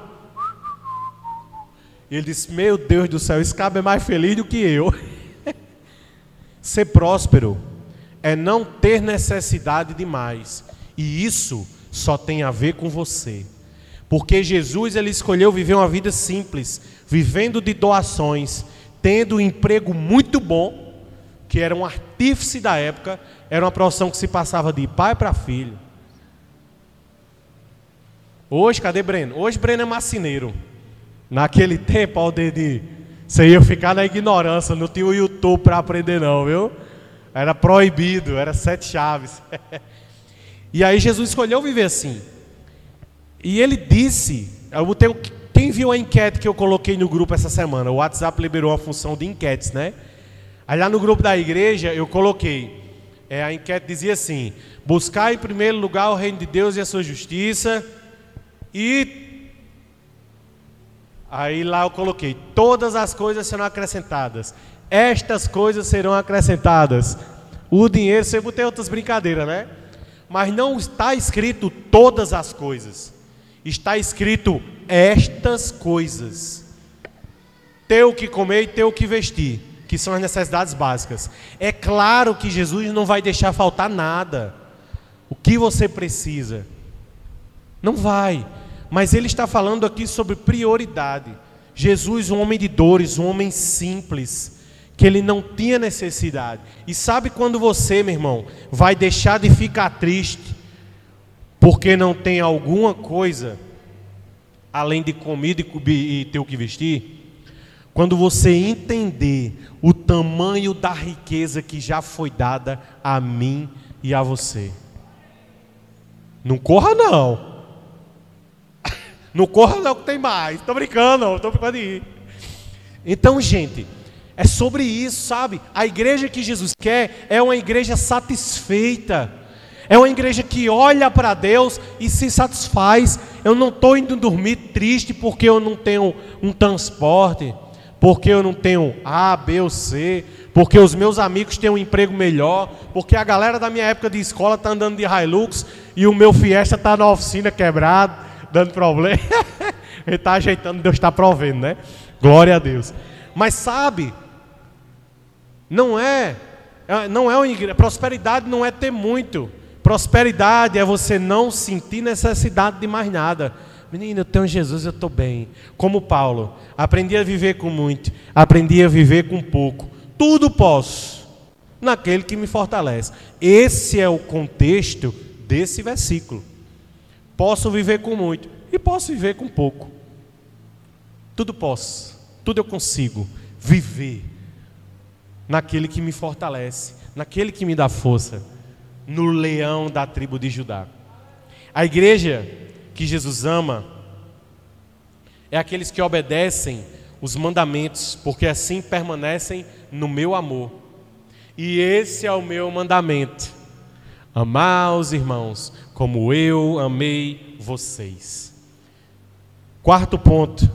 Speaker 1: E ele disse, meu Deus do céu, esse cabo é mais feliz do que eu. Ser próspero é não ter necessidade de mais. E isso só tem a ver com você. Porque Jesus, ele escolheu viver uma vida simples, vivendo de doações, tendo um emprego muito bom, que era um artífice da época, era uma profissão que se passava de pai para filho. Hoje, cadê Breno? Hoje Breno é marceneiro. Naquele tempo, ao dedo, você ia ficar na ignorância, não tinha o YouTube para aprender não, viu? Era proibido, era sete chaves. E aí Jesus escolheu viver assim. E ele disse, eu tenho, quem viu a enquete que eu coloquei no grupo essa semana? O WhatsApp liberou a função de enquetes, né? Aí lá no grupo da igreja eu coloquei, é, a enquete dizia assim, buscar em primeiro lugar o reino de Deus e a sua justiça. E aí lá eu coloquei, todas as coisas serão acrescentadas. Estas coisas serão acrescentadas. O dinheiro, você botei outras brincadeiras, né? Mas não está escrito todas as coisas. Está escrito estas coisas. Ter o que comer e ter o que vestir, que são as necessidades básicas. É claro que Jesus não vai deixar faltar nada. O que você precisa? Não vai. Mas ele está falando aqui sobre prioridade. Jesus, um homem de dores, um homem simples, que ele não tinha necessidade. E sabe quando você, meu irmão, vai deixar de ficar triste porque não tem alguma coisa além de comida e ter o que vestir? Quando você entender o tamanho da riqueza que já foi dada a mim e a você. Não corra não. Não corra não que tem mais. Estou brincando, não. Estou brincando de ir. Então, gente, é sobre isso, sabe? A igreja que Jesus quer é uma igreja satisfeita. É uma igreja que olha para Deus e se satisfaz. Eu não estou indo dormir triste porque eu não tenho um transporte, porque eu não tenho A, B ou C, porque os meus amigos têm um emprego melhor, porque a galera da minha época de escola está andando de Hilux e o meu Fiesta está na oficina quebrado, dando problema. Ele está ajeitando, Deus está provendo, né? Glória a Deus. Mas sabe, não é, não é uma igreja, prosperidade não é ter muito. Prosperidade é você não sentir necessidade de mais nada. Menino, eu tenho Jesus, eu estou bem. Como Paulo, aprendi a viver com muito, aprendi a viver com pouco. Tudo posso naquele que me fortalece. Esse é o contexto desse versículo. Posso viver com muito e posso viver com pouco. Tudo posso, tudo eu consigo viver naquele que me fortalece, naquele que me dá força, no leão da tribo de Judá. A igreja que Jesus ama é aqueles que obedecem os mandamentos, porque assim permanecem no meu amor. E esse é o meu mandamento: amar os irmãos como eu amei vocês. Quarto ponto: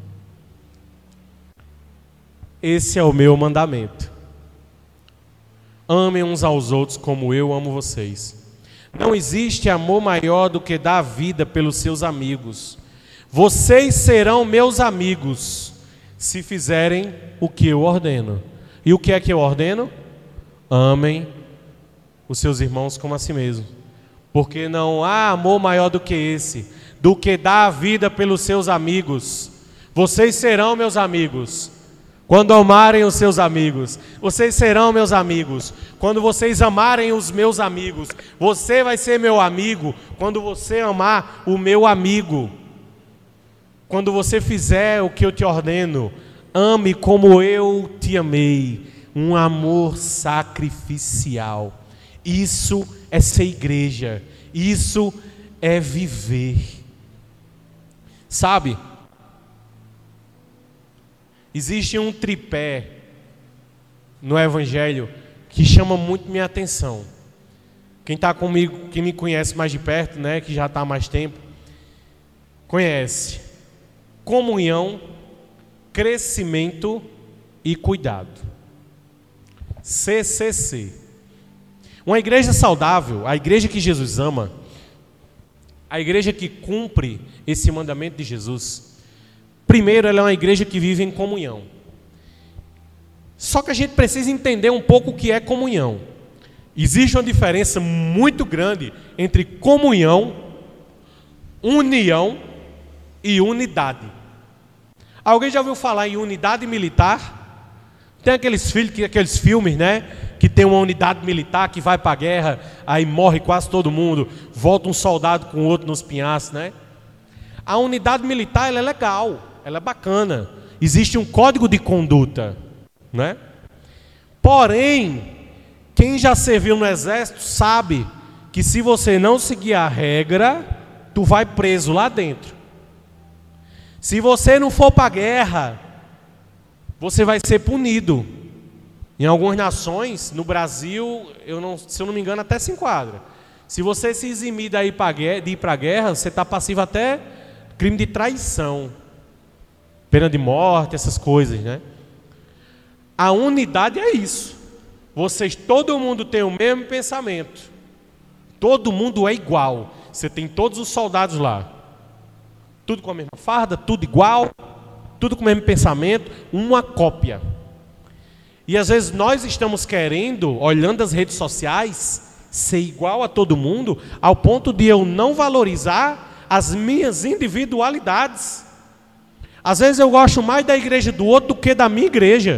Speaker 1: esse é o meu mandamento: amem uns aos outros como eu amo vocês. Não existe amor maior do que dar a vida pelos seus amigos. Vocês serão meus amigos se fizerem o que eu ordeno. E o que é que eu ordeno? Amem os seus irmãos como a si mesmos. Porque não há amor maior do que esse, do que dar a vida pelos seus amigos. Vocês serão meus amigos quando amarem os seus amigos. Vocês serão meus amigos quando vocês amarem os meus amigos. Você vai ser meu amigo quando você amar o meu amigo. Quando você fizer o que eu te ordeno, ame como eu te amei. Um amor sacrificial. Isso é ser igreja. Isso é viver. Sabe? Existe um tripé no Evangelho que chama muito minha atenção. Quem está comigo, quem me conhece mais de perto, né, que já está há mais tempo, conhece: comunhão, crescimento e cuidado. C C C. Uma igreja saudável, a igreja que Jesus ama, a igreja que cumpre esse mandamento de Jesus, primeiro, ela é uma igreja que vive em comunhão. Só que a gente precisa entender um pouco o que é comunhão. Existe uma diferença muito grande entre comunhão, união e unidade. Alguém já ouviu falar em unidade militar? Tem aqueles, filhos, aqueles filmes, né? Que tem uma unidade militar que vai para a guerra, aí morre quase todo mundo, volta um soldado com o outro nos pinhaços, né? A unidade militar, ela é legal, ela é bacana. Existe um código de conduta, né? Porém, quem já serviu no exército sabe que se você não seguir a regra, tu vai preso lá dentro. Se você não for para a guerra, você vai ser punido. Em algumas nações, no Brasil, eu não, se eu não me engano, até se enquadra. Se você se eximir de ir para a guerra, você está passivo até crime de traição, pena de morte, essas coisas, né? A unidade é isso. Vocês, todo mundo tem o mesmo pensamento. Todo mundo é igual. Você tem todos os soldados lá. Tudo com a mesma farda, tudo igual, tudo com o mesmo pensamento, uma cópia. E às vezes nós estamos querendo, olhando as redes sociais, ser igual a todo mundo, ao ponto de eu não valorizar as minhas individualidades. Às vezes eu gosto mais da igreja do outro do que da minha igreja.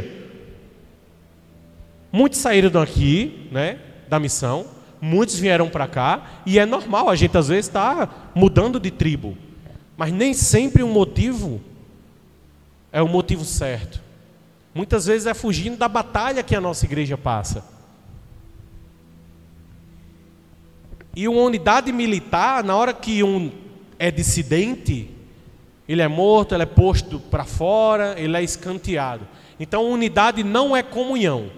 Speaker 1: Muitos saíram daqui, né, da missão, muitos vieram para cá, e é normal, a gente às vezes está mudando de tribo. Mas nem sempre o motivo é o motivo certo. Muitas vezes é fugindo da batalha que a nossa igreja passa. E uma unidade militar, na hora que um é dissidente, ele é morto, ele é posto para fora, ele é escanteado. Então unidade não é comunhão.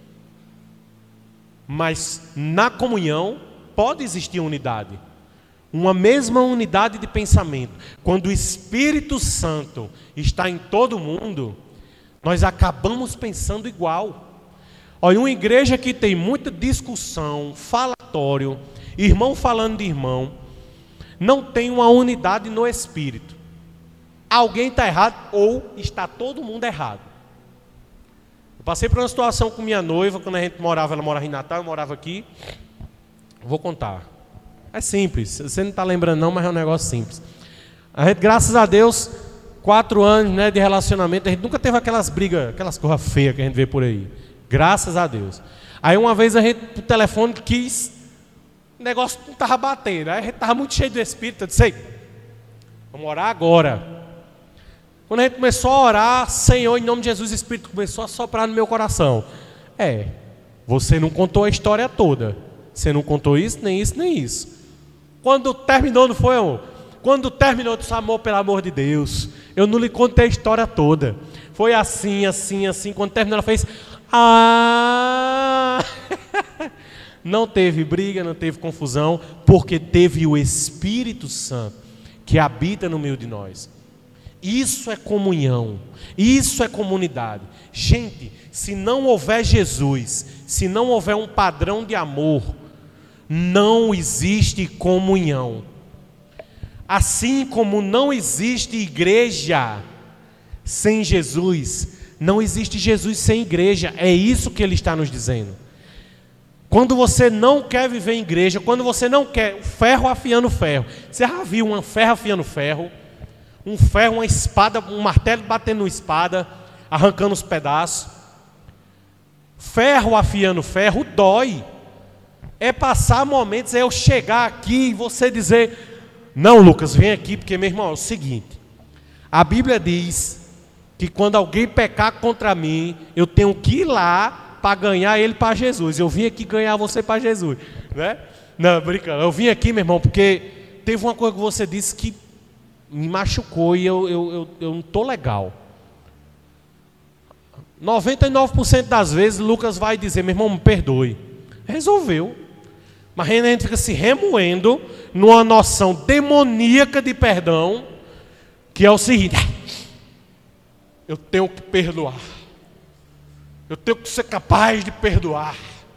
Speaker 1: Mas na comunhão pode existir unidade. Uma mesma unidade de pensamento. Quando o Espírito Santo está em todo mundo, nós acabamos pensando igual. Olha, uma igreja que tem muita discussão, falatório, irmão falando de irmão, não tem uma unidade no Espírito. Alguém está errado ou está todo mundo errado. Eu passei por uma situação com minha noiva, quando a gente morava, ela morava em Natal, eu morava aqui. Vou contar. É simples, você não está lembrando não, mas é um negócio simples. A gente, graças a Deus, quatro anos, né, de relacionamento, a gente nunca teve aquelas brigas, aquelas coisas feias que a gente vê por aí. Graças a Deus. Aí uma vez a gente, por telefone, quis o negócio não estava batendo. Aí a gente estava muito cheio do Espírito. Eu disse: ei, vamos orar agora. Quando a gente começou a orar, Senhor, em nome de Jesus, o Espírito começou a soprar no meu coração. É, você não contou a história toda. Você não contou isso, nem isso, nem isso. Quando terminou, não foi, amor? Quando terminou, disse: amor, pelo amor de Deus, eu não lhe contei a história toda. Foi assim, assim, assim. Quando terminou, ela fez: ah! Não teve briga, não teve confusão, porque teve o Espírito Santo que habita no meio de nós. Isso é comunhão, isso é comunidade. Gente, se não houver Jesus, se não houver um padrão de amor, não existe comunhão. Assim como não existe igreja sem Jesus, não existe Jesus sem igreja. É isso que ele está nos dizendo. Quando você não quer viver em igreja, quando você não quer ferro afiando ferro, você já viu um ferro afiando ferro? Um ferro, uma espada, um martelo batendo numa espada, arrancando os pedaços. Ferro afiando ferro dói. É passar momentos, é eu chegar aqui e você dizer: não, Lucas, vem aqui, porque, meu irmão, é o seguinte, a Bíblia diz que quando alguém pecar contra mim, eu tenho que ir lá para ganhar ele para Jesus. Eu vim aqui ganhar você para Jesus, né? Não, brincando, eu vim aqui, meu irmão, porque teve uma coisa que você disse que me machucou e eu, eu, eu, eu não estou legal. noventa e nove por cento das vezes Lucas vai dizer: meu irmão, me perdoe. Resolveu. Mas a gente fica se remoendo numa noção demoníaca de perdão, que é o seguinte: eu tenho que perdoar. Eu tenho que ser capaz de perdoar.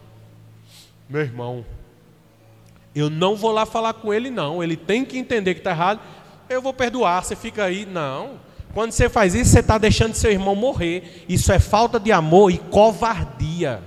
Speaker 1: Meu irmão, eu não vou lá falar com ele não. Ele tem que entender que está errado. Eu vou perdoar, você fica aí. Não. Quando você faz isso, você está deixando seu irmão morrer. Isso é falta de amor e covardia.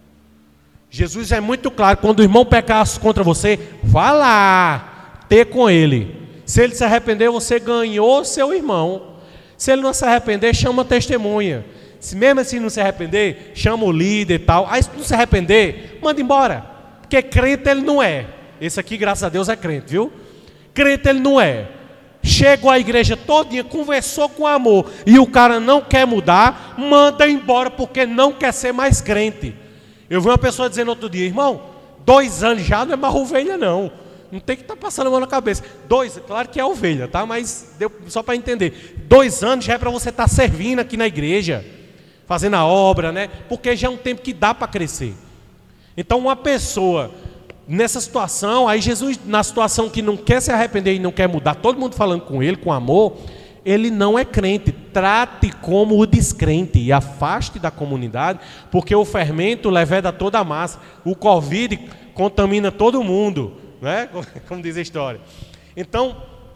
Speaker 1: Jesus é muito claro: quando o irmão pecar contra você, vá lá ter com ele. Se ele se arrepender, você ganhou seu irmão. Se ele não se arrepender, chama a testemunha. Se mesmo assim não se arrepender, chama o líder e tal. Aí se não se arrepender, manda embora. Porque crente ele não é. Esse aqui, graças a Deus, é crente, viu? Crente ele não é. Chegou à igreja todinha, conversou com amor, e o cara não quer mudar, manda embora porque não quer ser mais crente. Eu vi uma pessoa dizendo outro dia: irmão, dois anos já não é mais ovelha não. Não tem que estar tá passando a mão na cabeça. Dois, claro que é ovelha, tá? Mas deu só para entender. Dois anos já é para você estar tá servindo aqui na igreja, fazendo a obra, né? Porque já é um tempo que dá para crescer. Então uma pessoa nessa situação, aí Jesus, na situação que não quer se arrepender e não quer mudar, todo mundo falando com ele, com amor, ele não é crente. Trate como o descrente e afaste da comunidade, porque o fermento leveda toda a massa. O Covid contamina todo mundo, né? Como diz a história. Então,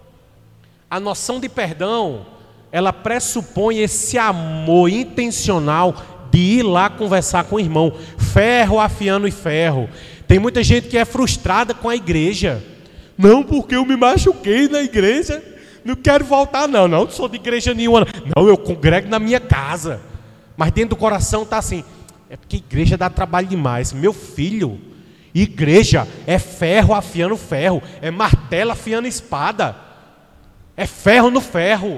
Speaker 1: a noção de perdão, ela pressupõe esse amor intencional de ir lá conversar com o irmão, ferro afiando e ferro. Tem muita gente que é frustrada com a igreja. Não, porque eu me machuquei na igreja, não quero voltar não, não, não sou de igreja nenhuma. Não, eu congrego na minha casa. Mas dentro do coração está assim: é porque igreja dá trabalho demais. Meu filho, igreja é ferro afiando ferro, é martelo afiando espada, é ferro no ferro.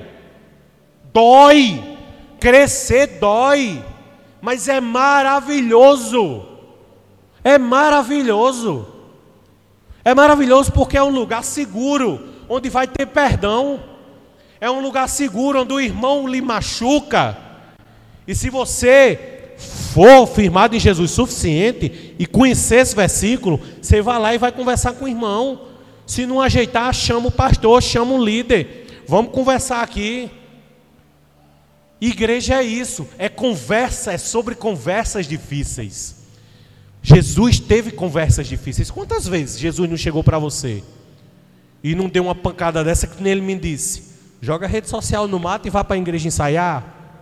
Speaker 1: Dói, crescer dói, mas é maravilhoso. É maravilhoso. É maravilhoso porque é um lugar seguro, onde vai ter perdão. É um lugar seguro onde o irmão lhe machuca. E se você for firmado em Jesus suficiente e conhecer esse versículo, você vai lá e vai conversar com o irmão. Se não ajeitar, chama o pastor, chama o líder. Vamos conversar aqui. Igreja é isso, é conversa, é sobre conversas difíceis. Jesus teve conversas difíceis. Quantas vezes Jesus não chegou para você e não deu uma pancada dessa que nem ele me disse: joga a rede social no mato e vá para a igreja ensaiar?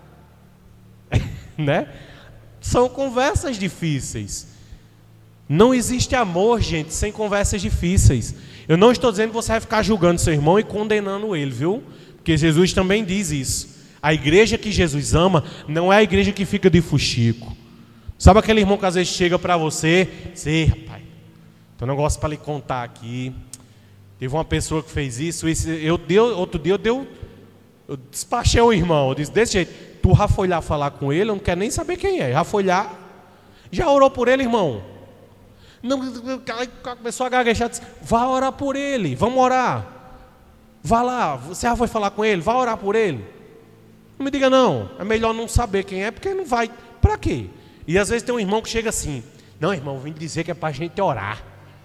Speaker 1: Né? São conversas difíceis. Não existe amor, gente, sem conversas difíceis. Eu não estou dizendo que você vai ficar julgando seu irmão e condenando ele, viu? Porque Jesus também diz isso. A igreja que Jesus ama não é a igreja que fica de fuxico. Sabe aquele irmão que às vezes chega para você: sei, rapaz, Tem um negócio para lhe contar aqui. Teve uma pessoa que fez isso. isso eu deu, outro dia eu, deu, eu despachei o irmão. Eu disse, desse jeito, tu já foi lá falar com ele, eu não quero nem saber quem é. Já foi lá, já orou por ele, irmão? Não, começou a gaguejar, disse, vá orar por ele, vamos orar. Vá lá, você já foi falar com ele, vá orar por ele. Não me diga não, é melhor não saber quem é, porque não vai, para quê? E às vezes tem um irmão que chega assim, não irmão, vim dizer que é para a gente orar.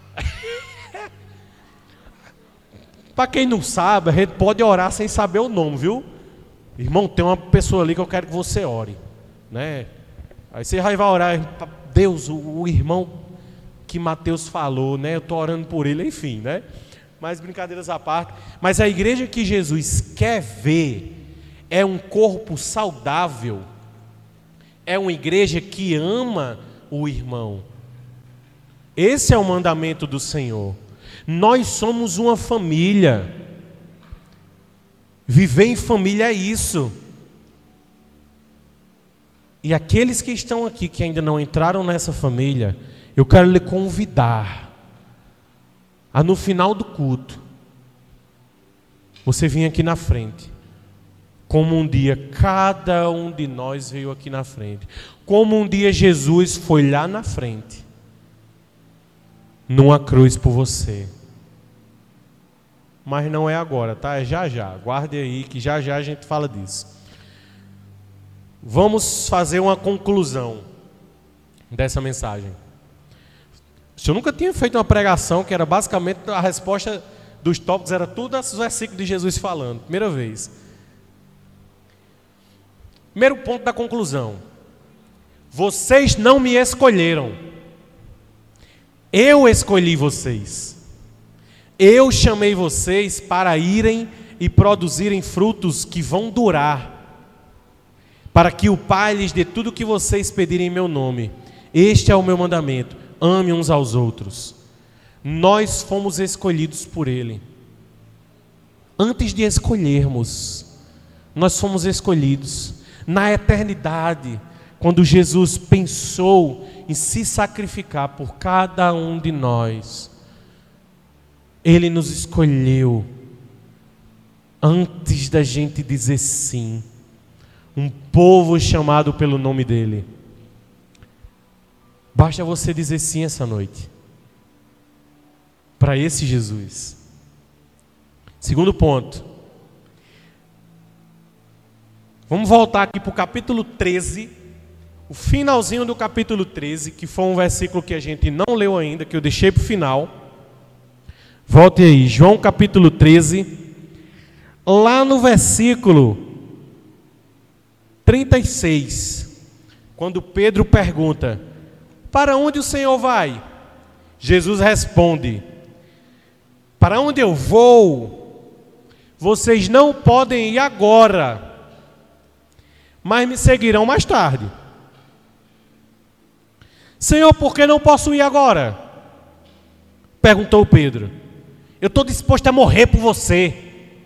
Speaker 1: Para quem não sabe, a gente pode orar sem saber o nome, viu? Irmão, tem uma pessoa ali que eu quero que você ore, né? Aí você vai orar, Deus, o, o irmão que Mateus falou, né? Eu estou orando por ele, enfim, né? Mas brincadeiras à parte. Mas a igreja que Jesus quer ver é um corpo saudável, é uma igreja que ama o irmão. Esse é o mandamento do Senhor. Nós somos uma família. Viver em família é isso. E aqueles que estão aqui, que ainda não entraram nessa família, eu quero lhe convidar a no final do culto, você vir aqui na frente, como um dia cada um de nós veio aqui na frente, como um dia Jesus foi lá na frente, numa cruz por você. Mas não é agora, tá? É já já, guarde aí que já já a gente fala disso. Vamos fazer uma conclusão dessa mensagem. Eu nunca tinha feito uma pregação que era basicamente a resposta dos tópicos, era tudo os versículos de Jesus falando, primeira vez. Primeiro ponto da conclusão: vocês não me escolheram, eu escolhi vocês. Eu chamei vocês para irem e produzirem frutos que vão durar, para que o Pai lhes dê tudo o que vocês pedirem em meu nome. Este é o meu mandamento: ame uns aos outros. Nós fomos escolhidos por Ele. Antes de escolhermos, nós fomos escolhidos. Na eternidade, quando Jesus pensou em se sacrificar por cada um de nós, Ele nos escolheu antes da gente dizer sim. Um povo chamado pelo nome dEle. Basta você dizer sim essa noite para esse Jesus. Segundo ponto. Vamos voltar aqui para o capítulo treze. O finalzinho do capítulo treze, que foi um versículo que a gente não leu ainda, que eu deixei para o final. Volte aí, João capítulo treze. Lá no versículo trinta e seis, quando Pedro pergunta: para onde o Senhor vai? Jesus responde: para onde eu vou, vocês não podem ir agora, mas me seguirão mais tarde. Senhor, por que não posso ir agora? Perguntou Pedro. Eu estou disposto a morrer por você.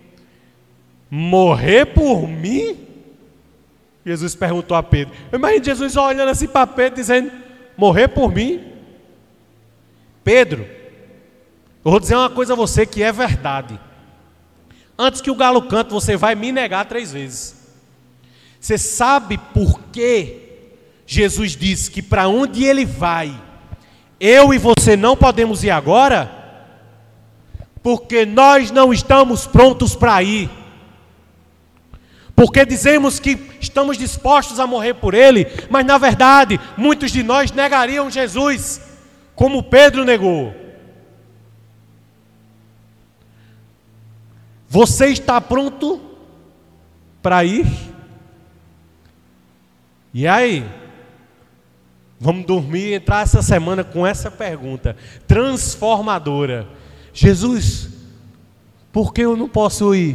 Speaker 1: Morrer por mim? Jesus perguntou a Pedro. Imagina Jesus olhando assim para Pedro, dizendo: morrer por mim? Pedro, eu vou dizer uma coisa a você que é verdade. Antes que o galo cante, você vai me negar três vezes. Você sabe por que Jesus disse que para onde Ele vai, eu e você não podemos ir agora? Porque nós não estamos prontos para ir. Porque dizemos que estamos dispostos a morrer por Ele, mas na verdade, muitos de nós negariam Jesus, como Pedro negou. Você está pronto para ir? E aí? Vamos dormir e entrar essa semana com essa pergunta transformadora: Jesus, por que eu não posso ir?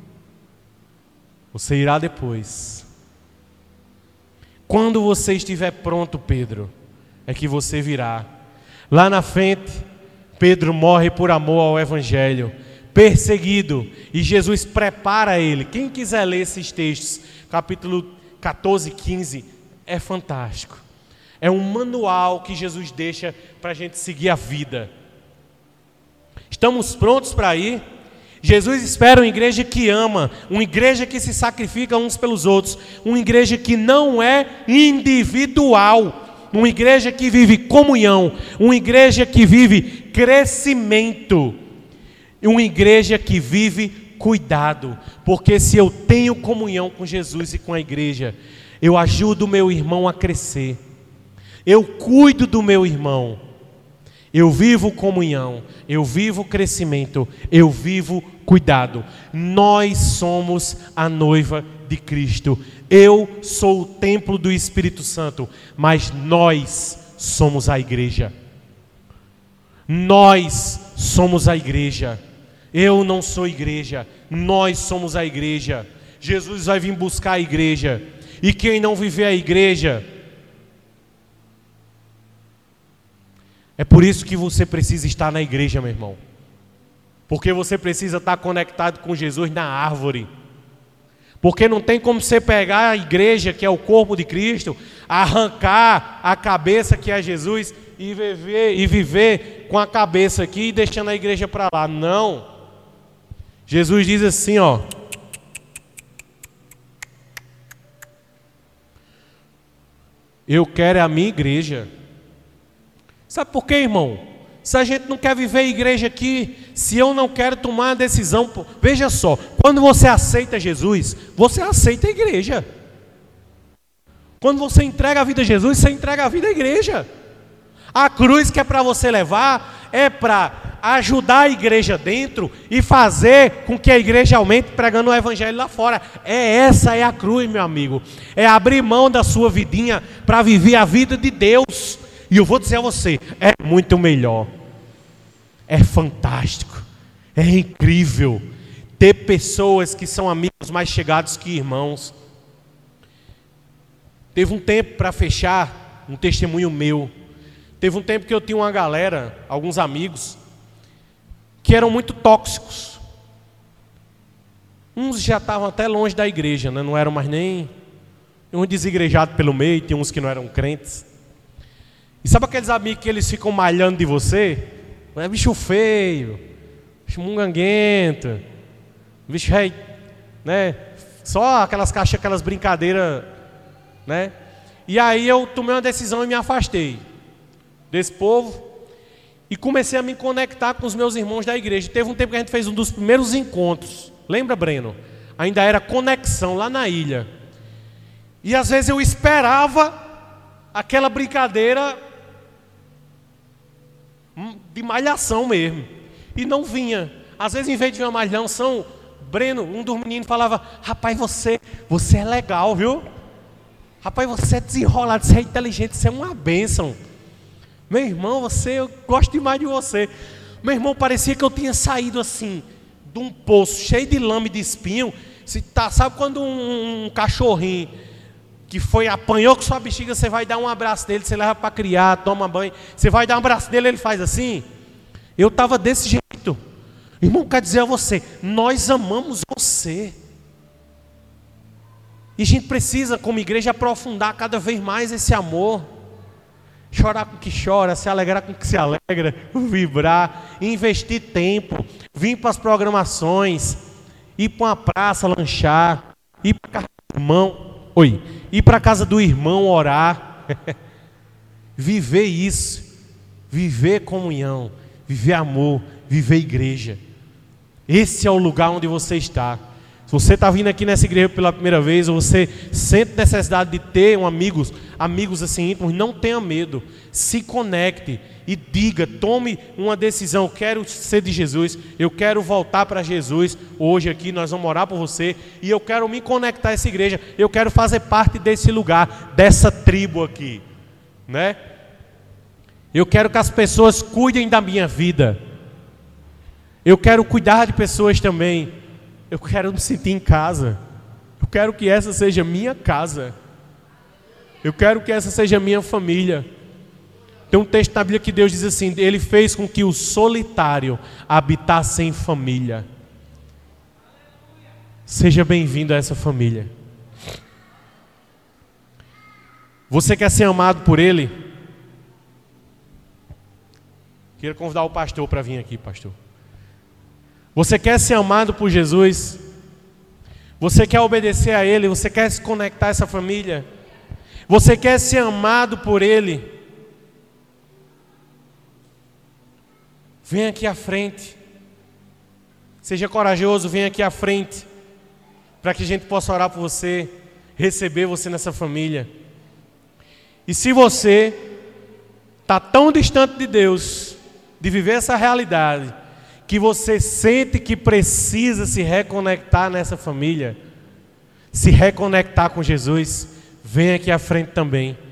Speaker 1: Você irá depois. Quando você estiver pronto, Pedro, é que você virá. Lá na frente, Pedro morre por amor ao Evangelho, perseguido, e Jesus prepara ele. Quem quiser ler esses textos, capítulo catorze, quinze, é fantástico. É um manual que Jesus deixa para a gente seguir a vida. Estamos prontos para ir? Jesus espera uma igreja que ama, uma igreja que se sacrifica uns pelos outros, uma igreja que não é individual, uma igreja que vive comunhão, uma igreja que vive crescimento, uma igreja que vive cuidado, porque se eu tenho comunhão com Jesus e com a igreja, eu ajudo o meu irmão a crescer, eu cuido do meu irmão, eu vivo comunhão, eu vivo crescimento, eu vivo cuidado. Nós somos a noiva de Cristo. Eu sou o templo do Espírito Santo, mas nós somos a igreja. Nós somos a igreja. Eu não sou igreja, nós somos a igreja. Jesus vai vir buscar a igreja. E quem não viver a igreja, é por isso que você precisa estar na igreja, meu irmão. Porque você precisa estar conectado com Jesus na árvore. Porque não tem como você pegar a igreja, que é o corpo de Cristo, arrancar a cabeça, que é Jesus, e viver, e viver com a cabeça aqui e deixando a igreja para lá. Não. Jesus diz assim, ó. Eu quero a minha igreja. Sabe por quê, irmão? Se a gente não quer viver a igreja aqui, se eu não quero tomar a decisão, veja só, quando você aceita Jesus, você aceita a igreja. Quando você entrega a vida a Jesus, você entrega a vida à igreja. A cruz que é para você levar, é para ajudar a igreja dentro e fazer com que a igreja aumente pregando o evangelho lá fora. É essa é a cruz, meu amigo. É abrir mão da sua vidinha para viver a vida de Deus. E eu vou dizer a você, é muito melhor, é fantástico, é incrível ter pessoas que são amigos mais chegados que irmãos. Teve um tempo, para fechar, um testemunho meu, teve um tempo que eu tinha uma galera, alguns amigos, que eram muito tóxicos. Uns já estavam até longe da igreja, né? Não eram mais nem um desigrejado pelo meio, tinha uns que não eram crentes. E sabe aqueles amigos que eles ficam malhando de você? É bicho feio, bicho munganguento, bicho rei, né? Só aquelas caixas, aquelas brincadeiras, né? E aí eu tomei uma decisão e me afastei desse povo e comecei a me conectar com os meus irmãos da igreja. Teve um tempo que a gente fez um dos primeiros encontros, lembra, Breno? Ainda era conexão lá na ilha. E às vezes eu esperava aquela brincadeira de malhação mesmo, e não vinha. Às vezes, em vez de uma malhação, Breno, um dos meninos, falava: rapaz, você, você é legal, viu? Rapaz, você é desenrolado, você é inteligente, você é uma bênção. Meu irmão, você, eu gosto demais de você. Meu irmão, parecia que eu tinha saído assim, de um poço cheio de lama e de espinho. Se tá, sabe quando um, um cachorrinho que foi, apanhou com sua bexiga, você vai dar um abraço nele, você leva para criar, toma banho, você vai dar um abraço nele, ele faz assim? Eu estava desse jeito. Irmão, quer dizer a você, nós amamos você. E a gente precisa, como igreja, aprofundar cada vez mais esse amor. Chorar com o que chora, se alegrar com o que se alegra, vibrar, investir tempo, vir para as programações, ir para uma praça lanchar, ir para casa do irmão, oi, ir para a casa do irmão orar, viver isso, viver comunhão, viver amor, viver igreja. Esse é o lugar onde você está. Se você está vindo aqui nessa igreja pela primeira vez, ou você sente necessidade de ter um amigos, amigos assim íntimos, não tenha medo, se conecte e diga, tome uma decisão: eu quero ser de Jesus, eu quero voltar para Jesus. Hoje aqui nós vamos orar por você, e eu quero me conectar a essa igreja, eu quero fazer parte desse lugar, dessa tribo aqui, né? Eu quero que as pessoas cuidem da minha vida, eu quero cuidar de pessoas também. Eu quero me sentir em casa. Eu quero que essa seja minha casa. Eu quero que essa seja minha família. Tem um texto na Bíblia que Deus diz assim: Ele fez com que o solitário habitasse em família. Seja bem-vindo a essa família. Você quer ser amado por Ele? Quero convidar o pastor para vir aqui, pastor. Você quer ser amado por Jesus? Você quer obedecer a Ele? Você quer se conectar a essa família? Você quer ser amado por Ele? Vem aqui à frente. Seja corajoso, vem aqui à frente, para que a gente possa orar por você, receber você nessa família. E se você está tão distante de Deus, de viver essa realidade, que você sente que precisa se reconectar nessa família, se reconectar com Jesus, vem aqui à frente também.